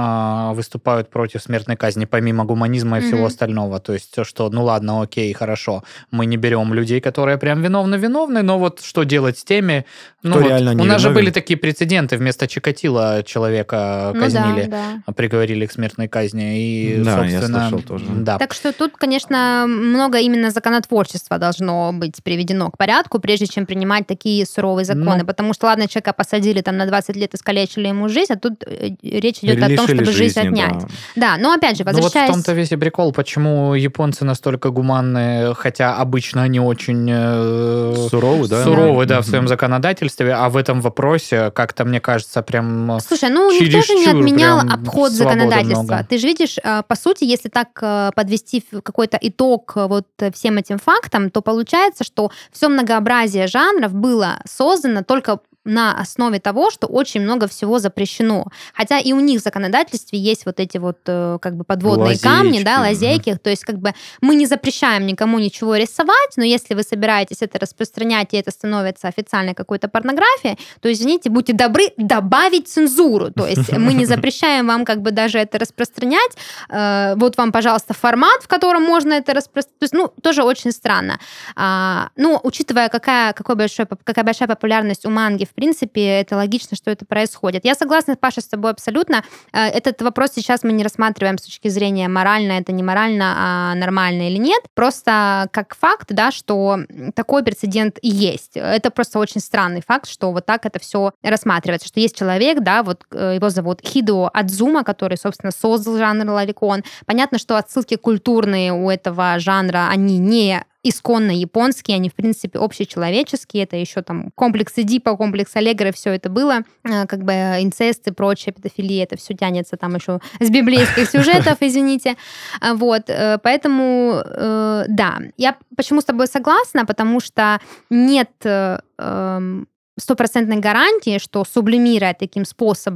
э, выступают против смертной казни, помимо гуманизма и всего Мгм. остального. То есть, что, ну ладно, окей, хорошо, мы не берем людей, которые прям виновны-виновны, но вот что делать с теми... Ну, Кто вот реально у нас же невиновен? были такие прецеденты, вместо Чикатило человека Ну казнили, да, да. приговорили к смертной казни. И, Да, я собственно, слышал тоже. Да. Так что тут, конечно, много именно законотворчества должно быть приведено к порядку, прежде чем принимать такие суровые законы. Ну. Потому что, ладно, человека посадили там на двадцать лет, искалечили ему жизнь, а тут э, речь идет о том, Лишили чтобы жизнь жизни, отнять. да. Да, но опять же, Ну вот в возвращаясь... том-то весь и прикол, почему японцы настолько гуманные, хотя обычно они очень э, Суровый, да? суровы, да, в Мгм. своем законодательстве, а в этом вопросе как-то, мне кажется, прям... Слушай, ну никто же не чересчур отменял прям обход свободы законодательства. много. Ты же видишь, э, по сути, если так э, подвести в какой-то итог э, вот э, всем этим фактам, то получается, что все многообразие жанров было создано только на основе того, что очень много всего запрещено. Хотя и у них в законодательстве есть вот эти вот э, как бы подводные Лазейки. камни, да, Мгм. лазейки. То есть как бы мы не запрещаем никому ничего рисовать, но если вы собираетесь это распространять, и это становится официальной какой-то порнографией, то, извините, будьте добры, добавить цензуру. То есть мы не запрещаем вам как бы даже это распространять. Э, Вот вам, пожалуйста, формат, в котором можно это распространять. То есть, ну, тоже очень странно. А, Ну, учитывая, какая, какой большой, поп- какая большая популярность у манги, в принципе, это логично, что это происходит. Я согласна, Паша, с тобой абсолютно. Э, Этот вопрос сейчас мы не рассматриваем с точки зрения морально, это не морально, а нормально или нет. Просто как факт, да, что такой прецедент и есть. Это просто очень странный факт, что вот так это все рассматривается, что есть человек, да, вот э, его зовут Хидо Адзума, который, собственно, создал жанр лоликон. Понятно, что отсылки культурные у этого жанра, они не исконно японские, они, в принципе, общечеловеческие. Это еще там комплекс Эдипа, комплекс Аллегры, все это было. Э, Как бы инцест и прочая педофилия, это все тянется там еще с библейских сюжетов, извините. А, Вот, э, поэтому, э, да. Я почему с тобой согласна? Потому что нет э, эм, стопроцентной гарантии, что сублимируя таким способом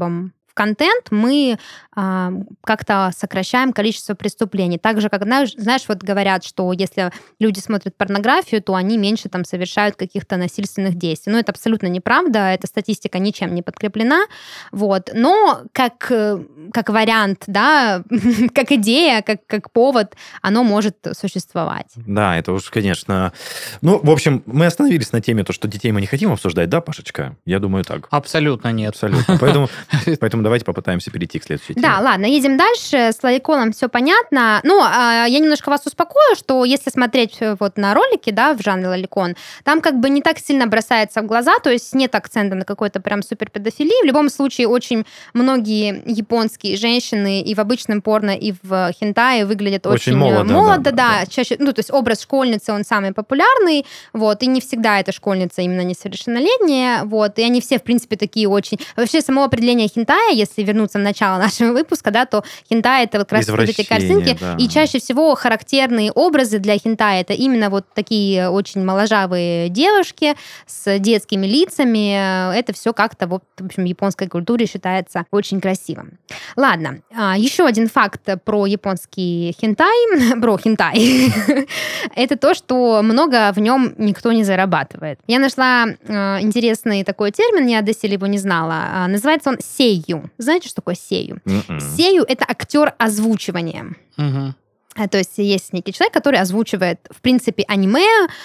в контент, мы а, как-то сокращаем количество преступлений. Так же, как, знаешь, знаешь, вот говорят, что если люди смотрят порнографию, то они меньше там совершают каких-то насильственных действий. Но это абсолютно неправда, эта статистика ничем не подкреплена. Вот. Но как, как вариант, да, как идея, как, как повод, оно может существовать. Да, это уж, конечно... Ну, в общем, мы остановились на теме, то, что детей мы не хотим обсуждать, да, Пашечка? Я думаю, так. Абсолютно нет. Абсолютно. Поэтому, поэтому давайте попытаемся перейти к следующей теме. Да, ладно, едем дальше. С лоликоном все понятно. Ну, я немножко вас успокою, что если смотреть вот на ролики, да, в жанре лоликон, там как бы не так сильно бросается в глаза, то есть нет акцента на какой-то прям супер педофилии. В любом случае, очень многие японские женщины и в обычном порно, и в хентае выглядят очень, очень молодо, молодо да, да, да. Чаще, ну, то есть образ школьницы, он самый популярный, вот, и не всегда эта школьница именно несовершеннолетняя, вот, и они все, в принципе, такие очень... Вообще, само определение хентая, если вернуться в начало нашего выпуска, да, то хентай — это вот как раз вот эти картинки, да. И чаще всего характерные образы для хентая — это именно вот такие очень моложавые девушки с детскими лицами. Это все как-то, в общем, в японской культуре считается очень красивым. Ладно, еще один факт про японский хентай, про хентай, это то, что много в нем никто не зарабатывает. Я нашла интересный такой термин, я доселе его не знала. Называется он сейю. Знаете, что такое сейю? Mm-mm. Сейю — это актер озвучивания. Mm-hmm. То есть есть некий человек, который озвучивает, в принципе, аниме,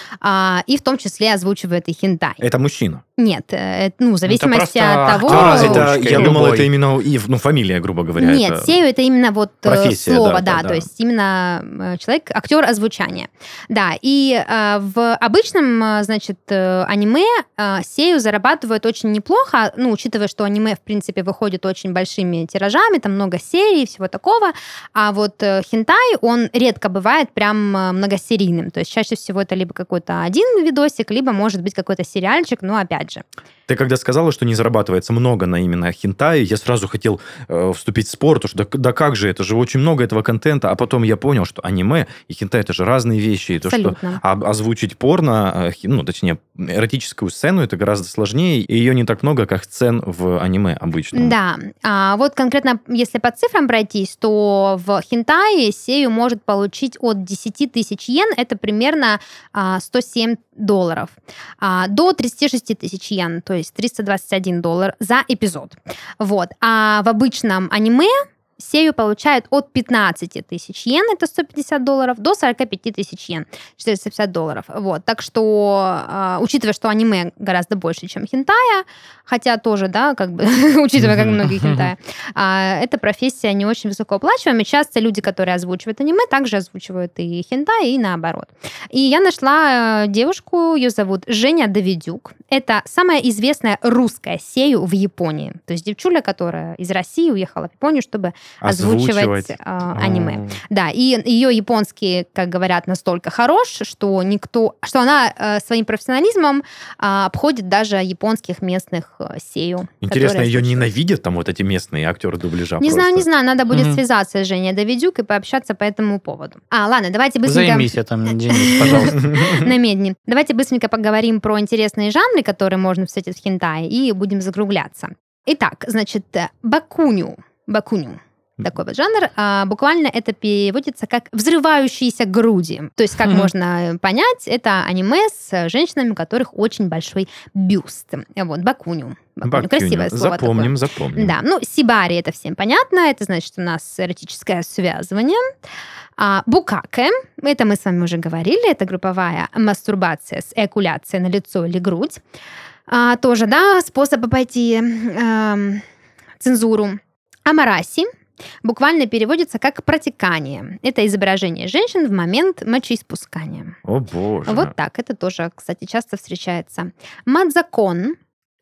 а, и в том числе озвучивает и хентай. Это мужчина? Нет, это, ну, в зависимости это от того... Это, я любой. думал, это именно ну, фамилия, грубо говоря. Нет, это... сейю — это именно вот профессия, слово, да, да, да, то да. есть именно человек, актер озвучания. Да, и э, в обычном, значит, аниме э, сейю зарабатывают очень неплохо, ну, учитывая, что аниме, в принципе, выходит очень большими тиражами, там много серий, всего такого, а вот э, хентай, он редко бывает прям многосерийным, то есть чаще всего это либо какой-то один видосик, либо, может быть, какой-то сериальчик, но опять же. Ты когда сказала, что не зарабатывается много на именно хентае, я сразу хотел э, вступить в спор, потому что да, да как же, это же очень много этого контента, а потом я понял, что аниме и хентай — это же разные вещи, и то, что а, озвучить порно, э, ну, точнее, эротическую сцену, это гораздо сложнее, и ее не так много, как сцен в аниме обычно. Да, а вот конкретно, если по цифрам пройтись, то в хентае сейю может получить от десять тысяч йен, это примерно а, сто семь долларов, а, до тридцать шесть тысяч йен, то есть триста двадцать один доллар за эпизод. Вот. А в обычном аниме сейю получает от пятнадцать тысяч йен, это сто пятьдесят долларов, до сорок пять тысяч йен, четыреста пятьдесят долларов. Вот. Так что, э, учитывая, что аниме гораздо больше, чем хентая, хотя тоже, да, как бы, учитывая, как многие хентая, э, эта профессия не очень высокооплачиваемая. Часто люди, которые озвучивают аниме, также озвучивают и хентай, и наоборот. И я нашла девушку, ее зовут Женя Давидюк. Это самая известная русская сейю в Японии. То есть девчуля, которая из России уехала в Японию, чтобы озвучивать, озвучивать. Э, аниме. Mm. Да, и ее японский, как говорят, настолько хорош, что никто, что она э, своим профессионализмом э, обходит даже японских местных э, сейю. Интересно, ее ненавидят там вот эти местные актеры дубляжа? Не просто? знаю, не знаю, надо будет mm-hmm. связаться с Женей Давидюк и пообщаться по этому поводу. А, ладно, давайте быстренько... Займись этим, Денис, пожалуйста. Намедни. Давайте быстренько поговорим про интересные жанры, которые можно встретить в хентае, и будем закругляться. Итак, значит, бакуню. Бакуню. Такой вот жанр. А, буквально это переводится как «взрывающиеся груди». То есть, как mm-hmm. можно понять, это аниме с женщинами, у которых очень большой бюст. Вот, бакуню. Бакуню. Бакуню. Красивое слово Запомним, такое. запомним. Да, ну, сибари — это всем понятно. Это значит, у нас эротическое связывание. А, букаке — это мы с вами уже говорили. Это групповая мастурбация с эякуляцией на лицо или грудь. А, тоже, да, способ обойти э, цензуру. Амараси буквально переводится как протекание. Это изображение женщин в момент мочеиспускания. О, боже. Вот так. Это тоже, кстати, часто встречается. Мадзакон.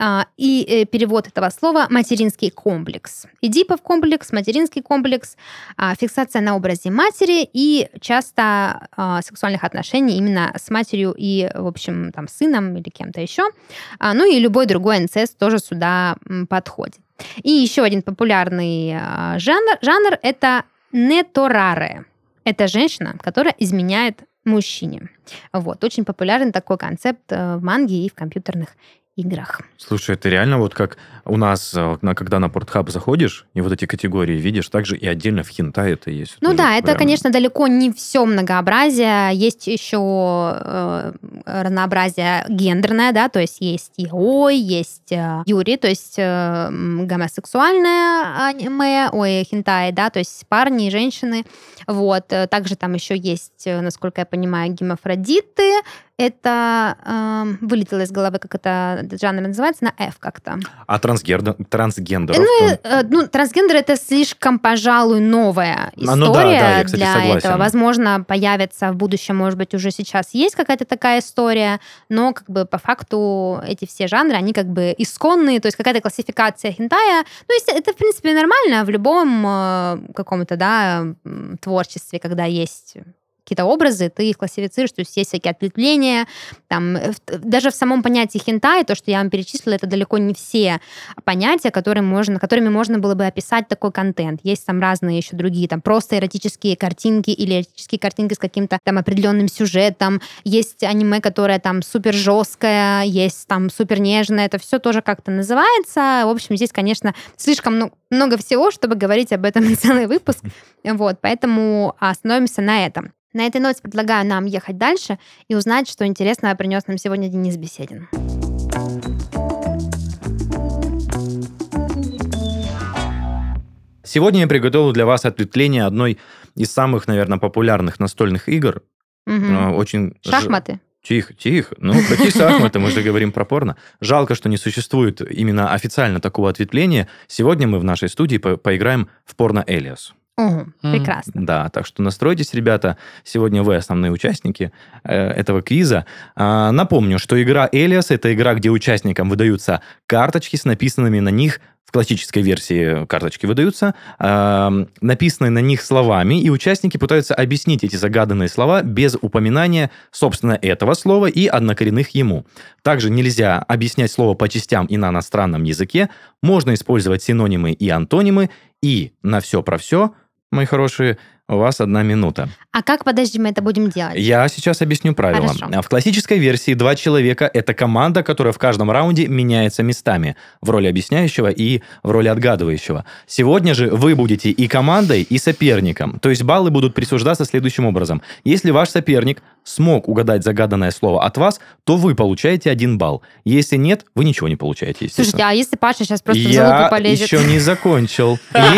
И перевод этого слова — материнский комплекс. Эдипов комплекс, материнский комплекс, фиксация на образе матери и часто сексуальных отношений именно с матерью и, в общем, там, сыном или кем-то еще. Ну и любой другой инцест тоже сюда подходит. И еще один популярный жанр, жанр — это нетораре. Это женщина, которая изменяет мужчине. Вот. Очень популярен такой концепт в манге и в компьютерных играх. Слушай, это реально вот как у нас, когда на Pornhub заходишь, и вот эти категории видишь, также и отдельно в хентай это есть. Ну это да, это, прям... конечно, далеко не все многообразие. Есть еще э, разнообразие гендерное, да, то есть есть яой, есть э, юри, то есть э, гомосексуальное аниме, ой, хентай, да, то есть парни и женщины. Вот. Также там еще есть, насколько я понимаю, гермафродиты. Это э, вылетело из головы, как это этот жанр называется, на F как-то. А трансгендер, трансгендеров? Ну, э, ну, трансгендер это слишком, пожалуй, новая история а, ну да, да, я, кстати, для согласен. этого. Возможно, появится в будущем, может быть, уже сейчас есть какая-то такая история, но как бы по факту эти все жанры, они как бы исконные, то есть какая-то классификация хентая. Ну, это, в принципе, нормально в любом э, каком-то, да, творчестве, когда есть какие-то образы, ты их классифицируешь, то есть есть всякие ответвления. Там, даже в самом понятии хентай, то, что я вам перечислила, это далеко не все понятия, которые можно, которыми можно было бы описать такой контент. Есть там разные еще другие, там просто эротические картинки или эротические картинки с каким-то там определенным сюжетом. Есть аниме, которое там супер жесткое, есть там супер нежное. Это все тоже как-то называется. В общем, здесь, конечно, слишком много, много всего, чтобы говорить об этом целый выпуск. Вот, поэтому остановимся на этом. На этой ноте предлагаю нам ехать дальше и узнать, что интересного принес нам сегодня Денис Беседин. Сегодня я приготовил для вас ответвление одной из самых, наверное, популярных настольных игр. Угу. Очень Шахматы. Тихо, тихо. Ну, какие шахматы? Мы же говорим про порно. Жалко, что не существует именно официально такого ответвления. Сегодня мы в нашей студии по- поиграем в порно Элиас. Угу, прекрасно. Да, так что настройтесь, ребята. Сегодня вы основные участники э, этого квиза. А, напомню, что игра Элиас – это игра, где участникам выдаются карточки с написанными на них, в классической версии карточки выдаются, э, написанные на них словами, и участники пытаются объяснить эти загаданные слова без упоминания, собственно, этого слова и однокоренных ему. Также нельзя объяснять слово по частям и на иностранном языке, можно использовать синонимы и антонимы, и на все про все, мои хорошие, у вас одна минута. А как, подожди, мы это будем делать? Я сейчас объясню правила. Хорошо. В классической версии два человека – это команда, которая в каждом раунде меняется местами в роли объясняющего и в роли отгадывающего. Сегодня же вы будете и командой, и соперником. То есть баллы будут присуждаться следующим образом. Если ваш соперник смог угадать загаданное слово от вас, то вы получаете один балл. Если нет, вы ничего не получаете, естественно. Слушайте, а если Паша сейчас просто в залупу полезет? Я еще не закончил.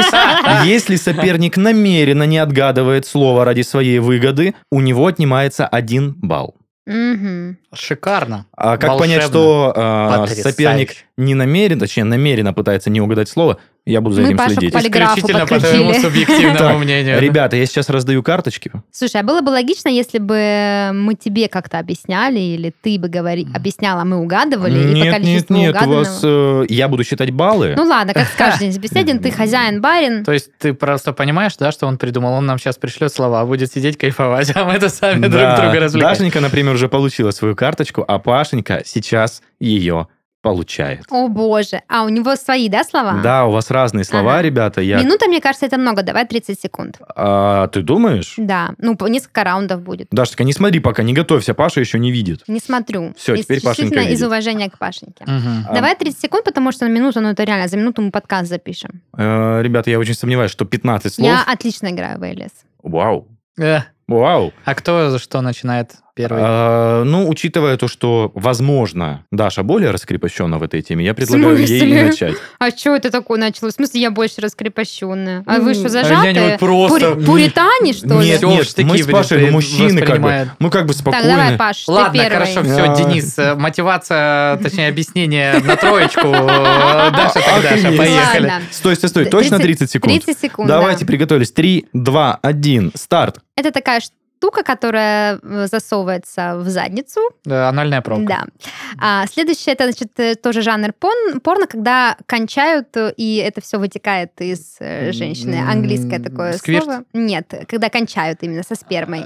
Если соперник намеренно не отгадывает слово ради своей выгоды, у него отнимается один балл. Угу. Шикарно. А как волшебно, понять, что э, соперник потрясающе. не намерен, точнее, намеренно пытается не угадать слово, я буду за Мы этим Пашу следить. к полиграфу Исключительно по подключили. твоему субъективному Так, мнению. Ребята, я сейчас раздаю карточки. Слушай, а было бы логично, если бы мы тебе как-то объясняли, или ты бы говори, объясняла, мы угадывали, и по Нет, количеству нет, нет, у угаданного... вас, э, я буду считать баллы. Ну ладно, как скажешь, Денис Беседин, ты хозяин, барин. То есть ты просто понимаешь, да, что он придумал? Он нам сейчас пришлет слова, будет сидеть кайфовать, а мы это сами друг Да. друга развлекаем. Дашенька, например, уже получила свою карточку, а Пашенька сейчас ее получает. О боже, а у него свои, да, слова? Да, у вас разные слова, Ага. ребята. Я... Минута, мне кажется, это много, давай тридцать секунд. А, ты думаешь? Да, ну, по- несколько раундов будет. Дашечка, не смотри пока, не готовься, Паша еще не видит. Не смотрю. Всё, теперь Пашенька Исключительно из видит. уважения к Пашеньке. Мгм. А- Давай тридцать секунд, потому что на минуту, ну это реально, за минуту мы подкаст запишем. Э, ребята, я очень сомневаюсь, что пятнадцать слов... Я отлично играю в Элис. Вау. Э, Вау. А кто за что начинает первый? А, ну, учитывая то, что, возможно, Даша более раскрепощена в этой теме, я предлагаю ей смысле? и начать. А что это такое началось? В смысле, я больше раскрепощенная? А Ну, вы что, а я зажатые? не вот просто- Пури- Пуритане, что ли? Нет, Всё в нет, штыки мы с Пашей, ну, воспри- мужчины как бы, воспринимает. мы как бы Так, давай, спокойны. Паш, ты Ладно, первый. хорошо, все, А. Денис, э, мотивация, точнее, объяснение на троечку. Э, Даша, так, Даша, Охренеть. поехали. Ладно. Стой, стой, стой, точно тридцать секунд? тридцать секунд, Давайте, да. приготовились. три, два, один, старт. Это такая штука, которая э, засовывается в задницу. Да, анальная пробка. Да. А, следующее, это, значит, э, тоже жанр пон- порно, когда кончают, э, и это все вытекает из э, женщины. М, Английское такое сквирт? слово. Нет, когда кончают именно со спермой.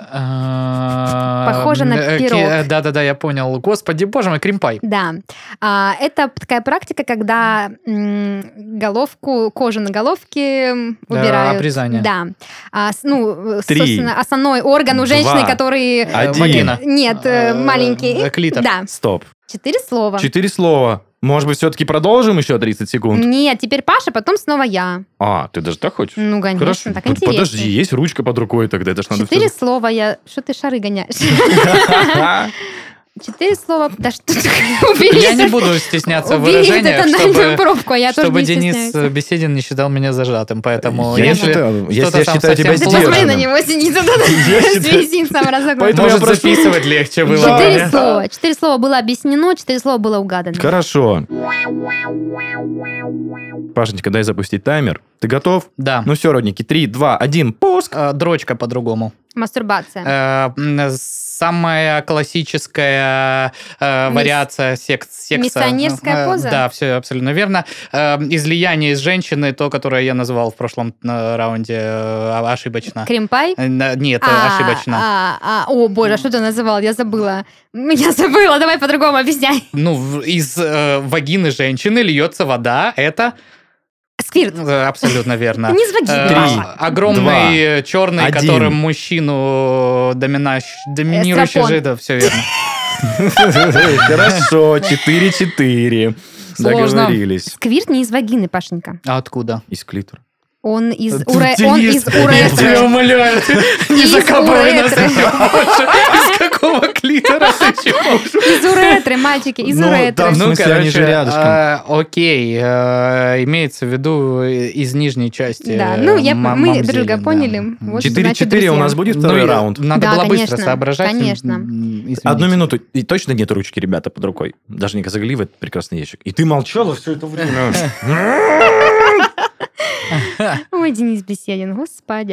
А, Похоже на э, пирог. ки- э, Да-да-да, я понял. Господи, боже мой, кримпай. Да. А, это такая практика, когда м, головку, кожу на головке м, Да, убирают. обрезание. Да. А, с- ну, э, Три, собственно, основной орган у женщины, два, который... один. Вагина. Нет, э, Э, маленький. клитор. Да. Стоп. Четыре слова. Четыре слова. Может быть, все-таки продолжим еще тридцать секунд? Нет, теперь Паша, потом снова я. А, ты даже так хочешь? Ну, конечно, Хорошо. так интересно. Подожди, есть ручка под рукой тогда, это ж надо... Четыре всё- слова я... Что ты шары гоняешь? Четыре слова... Да что ты... Убери Я не это- буду стесняться в Убери эту выражениях, тональную чтобы, пробку, а я тоже чтобы не Денис стесняюсь. Беседин не считал меня зажатым. Поэтому Я не если считаю. Если что-то я там считаю тебя совсем Ты посмотри на сдержанным. него, сидит тут Я с считаю- мизинцем разогнут. Поэтому я Может, прошу- записывать легче было. Да. Четыре нет? слова. Четыре слова было объяснено, четыре слова было угадано. Хорошо. Пашенька, дай запустить таймер. Ты готов? Да. Ну все, родненький, три, два, один, пуск. Э, Дрочка по-другому. Мастурбация. Э, м, Самая классическая э, вариация секс, секса. Миссионерская Э, поза? Да, все абсолютно верно. Э, Излияние из женщины, то, которое я назвал в прошлом э, раунде э, ошибочно. Кремпай? Э, на- Нет, э, А, ошибочно. а, а, О, боже, что ты называл? Я забыла. Я забыла, давай по-другому объясняй. Ну, в- из э, вагины женщины льется вода. Это Сквирт. э, абсолютно верно. Не из вагины, Э, Три, Паша. Огромный черный, один. которым мужчину доминащ... доминирующий Эстропон. жидов, все верно. Хорошо, четыре-четыре. Сложно. Договорились. Сквирт не из вагины, Пашенька. А откуда? Из клитора. Он из, Тут уре... Денис, он из Я тебя уретры. умоляю, ты не Из закапывай нас уретры. еще больше. Из какого клитора ты чего? Из уретры, мальчики, из Ну, уретры. там- В смысле, они же рядышком. а, окей, э, имеется в виду из нижней части. Да, ну, я, м- мы мамзели, друг друга да. поняли. Вот, значит, Четыре-четыре у друзья. нас будет Ну, второй и раунд? Надо Да, было быстро конечно, соображать. конечно. М, извините. Одну минуту. И точно нет ручки, ребята, под рукой. Даже не загли в этот прекрасный ящик. И ты молчала все это время. Ой, Денис Беседин, господи.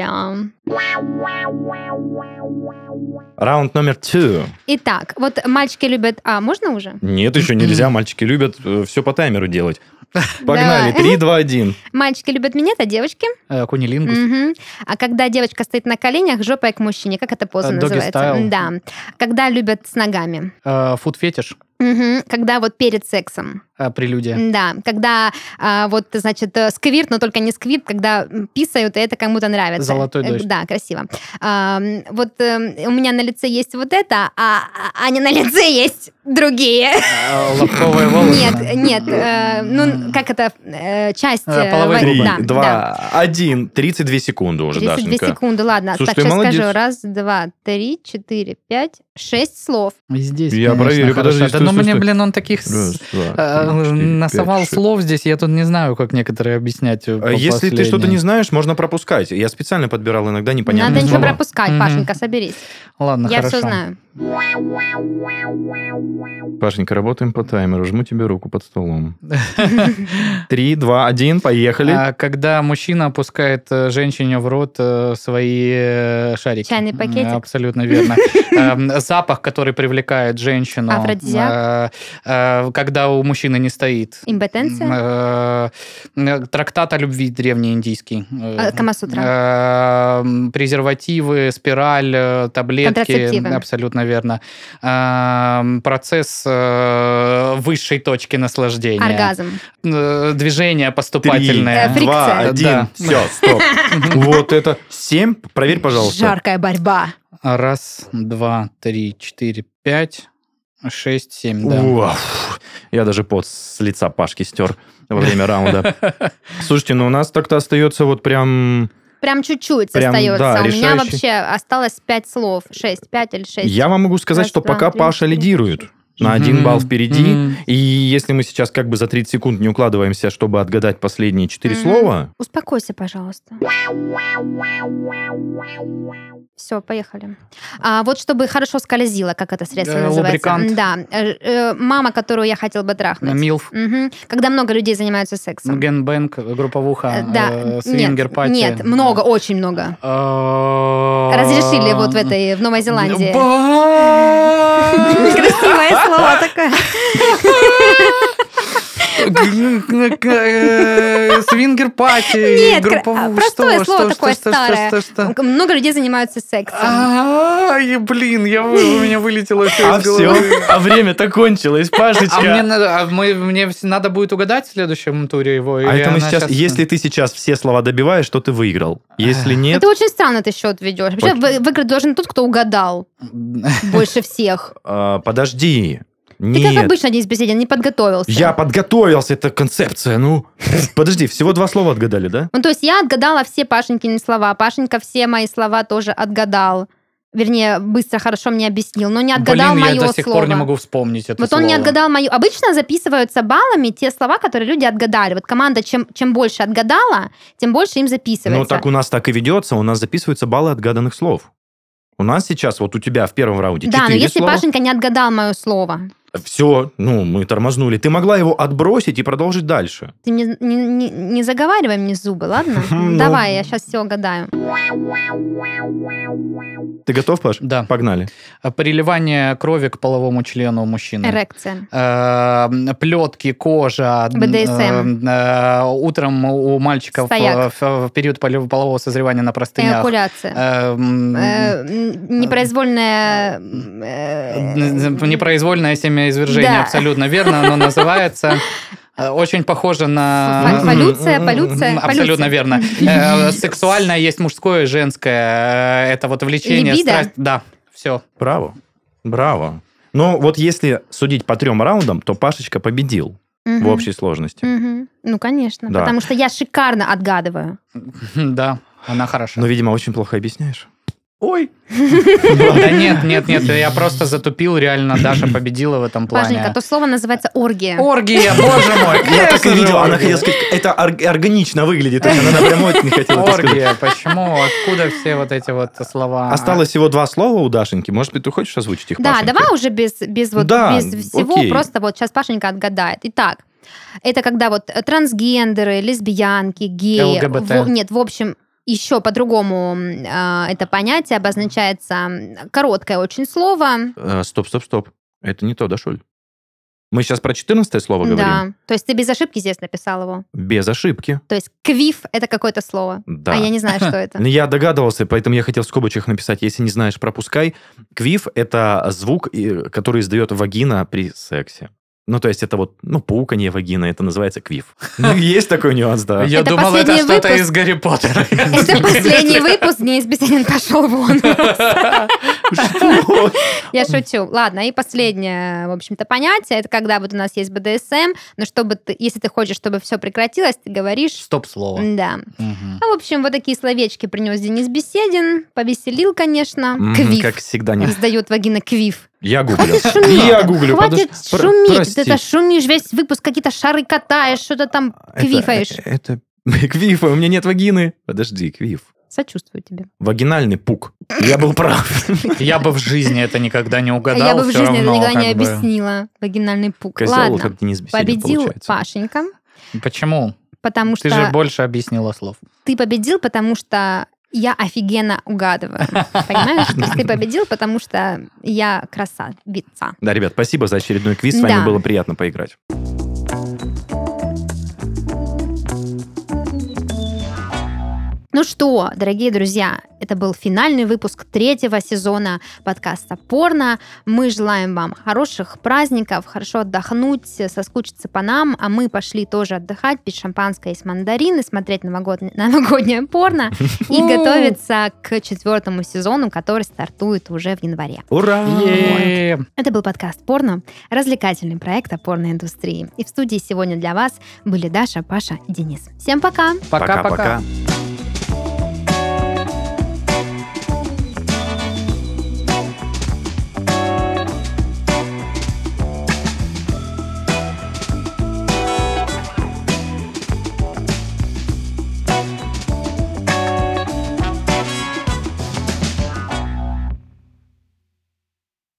Раунд номер two. Итак, вот мальчики любят... А, можно уже? Нет, еще нельзя. Мальчики любят все по таймеру делать. Погнали. Давай. Три, два, один. Мальчики любят минет, а девочки? Э, Кунилингус. Мгм. А когда девочка стоит на коленях, жопой к мужчине, как эта поза Э, doggy называется? style. Да. Когда любят с ногами. Э, Фуд-фетиш. Мгм. Когда вот перед сексом. Э, Прелюдия. Да. Когда а, вот, значит, э, сквирт, но только не сквирт, когда м, писают, и это кому-то нравится. Золотой Э, дождь. Да, красиво. А, м, вот э, у меня на лице есть вот это, а, а не на лице есть другие. Э, Лобковые волосы. Нет, нет, э, ну, как это, э, часть... Э, э, половые во- Три, трубы. да, да. два, один. тридцать две секунды уже, тридцать две Дашенька. секунды, ладно. Слушай, так, ты сейчас молодец. скажу. Раз, два, три, четыре, пять, шесть слов. И здесь, Я конечно, проверю, хорошо. подожди, Да стой, ну стой, мне, стой. блин, он таких с- Раз, два, э, три, четыре, насовал пять, шесть. слов здесь, я тут не знаю, как некоторые объяснять. э, А Если ты что-то последние. не знаешь, можно пропускать. Я специально подбирал иногда непонятные Надо ничего слова. пропускать, Мгм. Пашенька, соберись. Ладно, Я хорошо. все знаю. Пашенька, работаем по таймеру. Жму тебе руку под столом. Три, два, один, поехали. А, когда мужчина опускает э, женщине в рот э, свои э, шарики. Чайный пакетик. М, Абсолютно верно. Эм, Запах, который привлекает женщину. Афродизиак. Э, э, Когда у мужчины не стоит. Импотенция? Э, э, Трактат о любви древнеиндийский. А, Камасутра. Э, Презервативы, спираль, э, таблетки. Контрацептивы. Абсолютно верно. Э, Процесс э, высшей точки наслаждения. Оргазм. Э, Движение Три, поступательное. Э, фрикция. два, один. Да. Все, стоп. Вот это семь. Проверь, пожалуйста. Жаркая борьба. Раз, два, три, четыре, пять, шесть, семь, да. Уф. Я даже пот с лица Пашки стер во время раунда. Слушайте, ну у нас так-то остается вот прям... Прям чуть-чуть Прям, остается. да, У меня решающий. вообще осталось пять слов. Шесть, пять или шесть. Я вам могу сказать, Раз, что два, пока три, Паша четыре. лидирует на один Мгм. балл впереди, Мгм. и если мы сейчас как бы за тридцать секунд не укладываемся, чтобы отгадать последние четыре Мгм. слова, Успокойся, пожалуйста. Все, поехали. А, вот чтобы хорошо скользило, как это средство Э, называется. лубрикант. Да. Э, э, мама, которую я хотел бы трахнуть. Милф, Мгм. Когда много людей занимаются сексом. генбэнк, групповуха, Э, Да. э, Нет, свингер-пати. нет, много, очень много. Разрешили вот в этой, в Новой Зеландии. Красивое слово такое. Свингер-пати, Нет, кра- групповуха. простое что, слово что, такое что, старое. что, что, что? Много людей занимаются сексом. Ай, блин, я, вы- у меня вылетело все а из головы. все, а время-то кончилось, А мне, Пашечка. надо, а мы- мне надо будет угадать в следующем туре его? А или это мы она сейчас, щас- если ты сейчас все слова добиваешь, то ты выиграл. Если нет, Это очень странно ты счет ведешь. Вообще вы- выиграть должен тот, кто угадал больше всех. а, подожди. Нет. Ты как обычно, Денис Беседин, не подготовился. Я подготовился, это концепция, ну. Подожди, всего два слова отгадали, да? Ну, то есть я отгадала все Пашенькины слова. Пашенька все мои слова тоже отгадал. Вернее, быстро, хорошо мне объяснил, но не отгадал Блин, мое я до сих слово. пор не могу вспомнить это Вот слово. он не отгадал мою... Обычно записываются баллами те слова, которые люди отгадали. Вот команда чем, чем больше отгадала, тем больше им записывается. Ну, так у нас так и ведется, у нас записываются баллы отгаданных слов. У нас сейчас, вот у тебя в первом раунде Да, но если слова. Пашенька не отгадал мое слово... Все, ну, мы тормознули. Ты могла его отбросить и продолжить дальше. Ты мне не, не, не заговаривай мне зубы, ладно? Ну. Давай, я сейчас все угадаю. Ты готов, Паш? Да. Погнали. Приливание крови к половому члену мужчины. Эрекция. Э, Плетки, кожа. бэ дэ эс эм. э, э, Утром у мальчиков Стояк. в, в период полов- полового созревания на простынях. Эякуляция. Э, м, Э, непроизвольная... э, Непроизвольное семяизвержение, Да. абсолютно верно, оно называется. Э, Очень похоже на... Фа- Полюция, полюция, Абсолютно полюция. верно. Э, Сексуальное есть мужское и женское. Э, Это вот влечение, Либидо? страсть. Да, все. Браво. Браво. Но вот если судить по трем раундам, то Пашечка победил Мгм. в общей сложности. Мгм. Ну, конечно. Да. Потому что я шикарно отгадываю. Да, она хороша. Но, видимо, очень плохо объясняешь. Ой. Да нет, нет, нет, я просто затупил, реально, Даша победила в этом плане. Пашенька, то слово называется оргия. Оргия, боже мой. Я так и конечно же, видел, она оргия. хотела сказать, это ор- органично выглядит. То есть она прям очень хотела это сказать. Оргия, почему? Откуда все вот эти вот слова? Осталось всего два слова у Дашеньки. Может быть, ты хочешь озвучить их, Да, Пашеньке? давай уже без, без, вот, Да, без всего, окей. просто вот сейчас Пашенька отгадает. Итак, это когда вот трансгендеры, лесбиянки, геи... ЛГБТ. в- нет, в общем, еще по-другому э, это понятие обозначается короткое очень слово. Э, Стоп, стоп, стоп. Это не то, Дашуль. Мы сейчас про четырнадцатое слово говорим? Да, то есть ты без ошибки здесь написал его. Без ошибки. То есть квиф — это какое-то слово. Да. А я не знаю, что это. Ну, я догадывался, поэтому я хотел в скобочках написать, если не знаешь, пропускай. Квиф – это звук, и- который издает вагина при сексе. Ну, то есть это вот, ну, пауканье вагины, это называется квиф. Ну, есть такой нюанс, да. Я Это думал, это последний что-то выпуск. из Гарри Поттера. Это последний выпуск, Денис Беседин пошел вон. Что? Я шучу. Ладно, и последнее, в общем-то, понятие, это когда вот у нас есть бэ дэ эс эм, но чтобы ты, если ты хочешь, чтобы все прекратилось, ты говоришь... Стоп-слово. Да. Мгм. Ну, в общем, вот такие словечки принес Денис Беседин, повеселил, конечно. Мгм, Квиф. Как всегда. не- Издает вагина квиф. Я гуглил. Хватит шуметь. Я гуглю. Хватит подож- пр- шуметь. прости. Ты это шумишь весь выпуск, какие-то шары катаешь, что-то там Это- квифаешь. Это квиф, у меня нет вагины. Подожди, квиф. Сочувствую тебе. Вагинальный пук. Я был прав. Я бы в жизни это никогда не А угадал. я бы в всё жизни это равно, никогда не как бы. объяснила. Вагинальный пук. Козел, Ладно, как Денис Беседин, победил получается. Пашенька, Почему? потому что Ты же больше объяснила слов. ты победил, потому что я офигенно угадываю. Понимаешь? То есть ты победил, потому что я красавица. Да, ребят, спасибо за очередной квиз. С Да. вами было приятно поиграть. Ну что, дорогие друзья, это был финальный выпуск третьего сезона подкаста «Порно». Мы желаем вам хороших праздников, хорошо отдохнуть, соскучиться по нам, а мы пошли тоже отдыхать, пить шампанское из мандарины, смотреть новогоднее, новогоднее порно и готовиться к четвертому сезону, который стартует уже в январе. Ура! Е-е-е. Это был подкаст «Порно», развлекательный проект о порноиндустрии. И в студии сегодня для вас были Даша, Паша и Денис. Всем пока! Пока-пока. Пока-пока.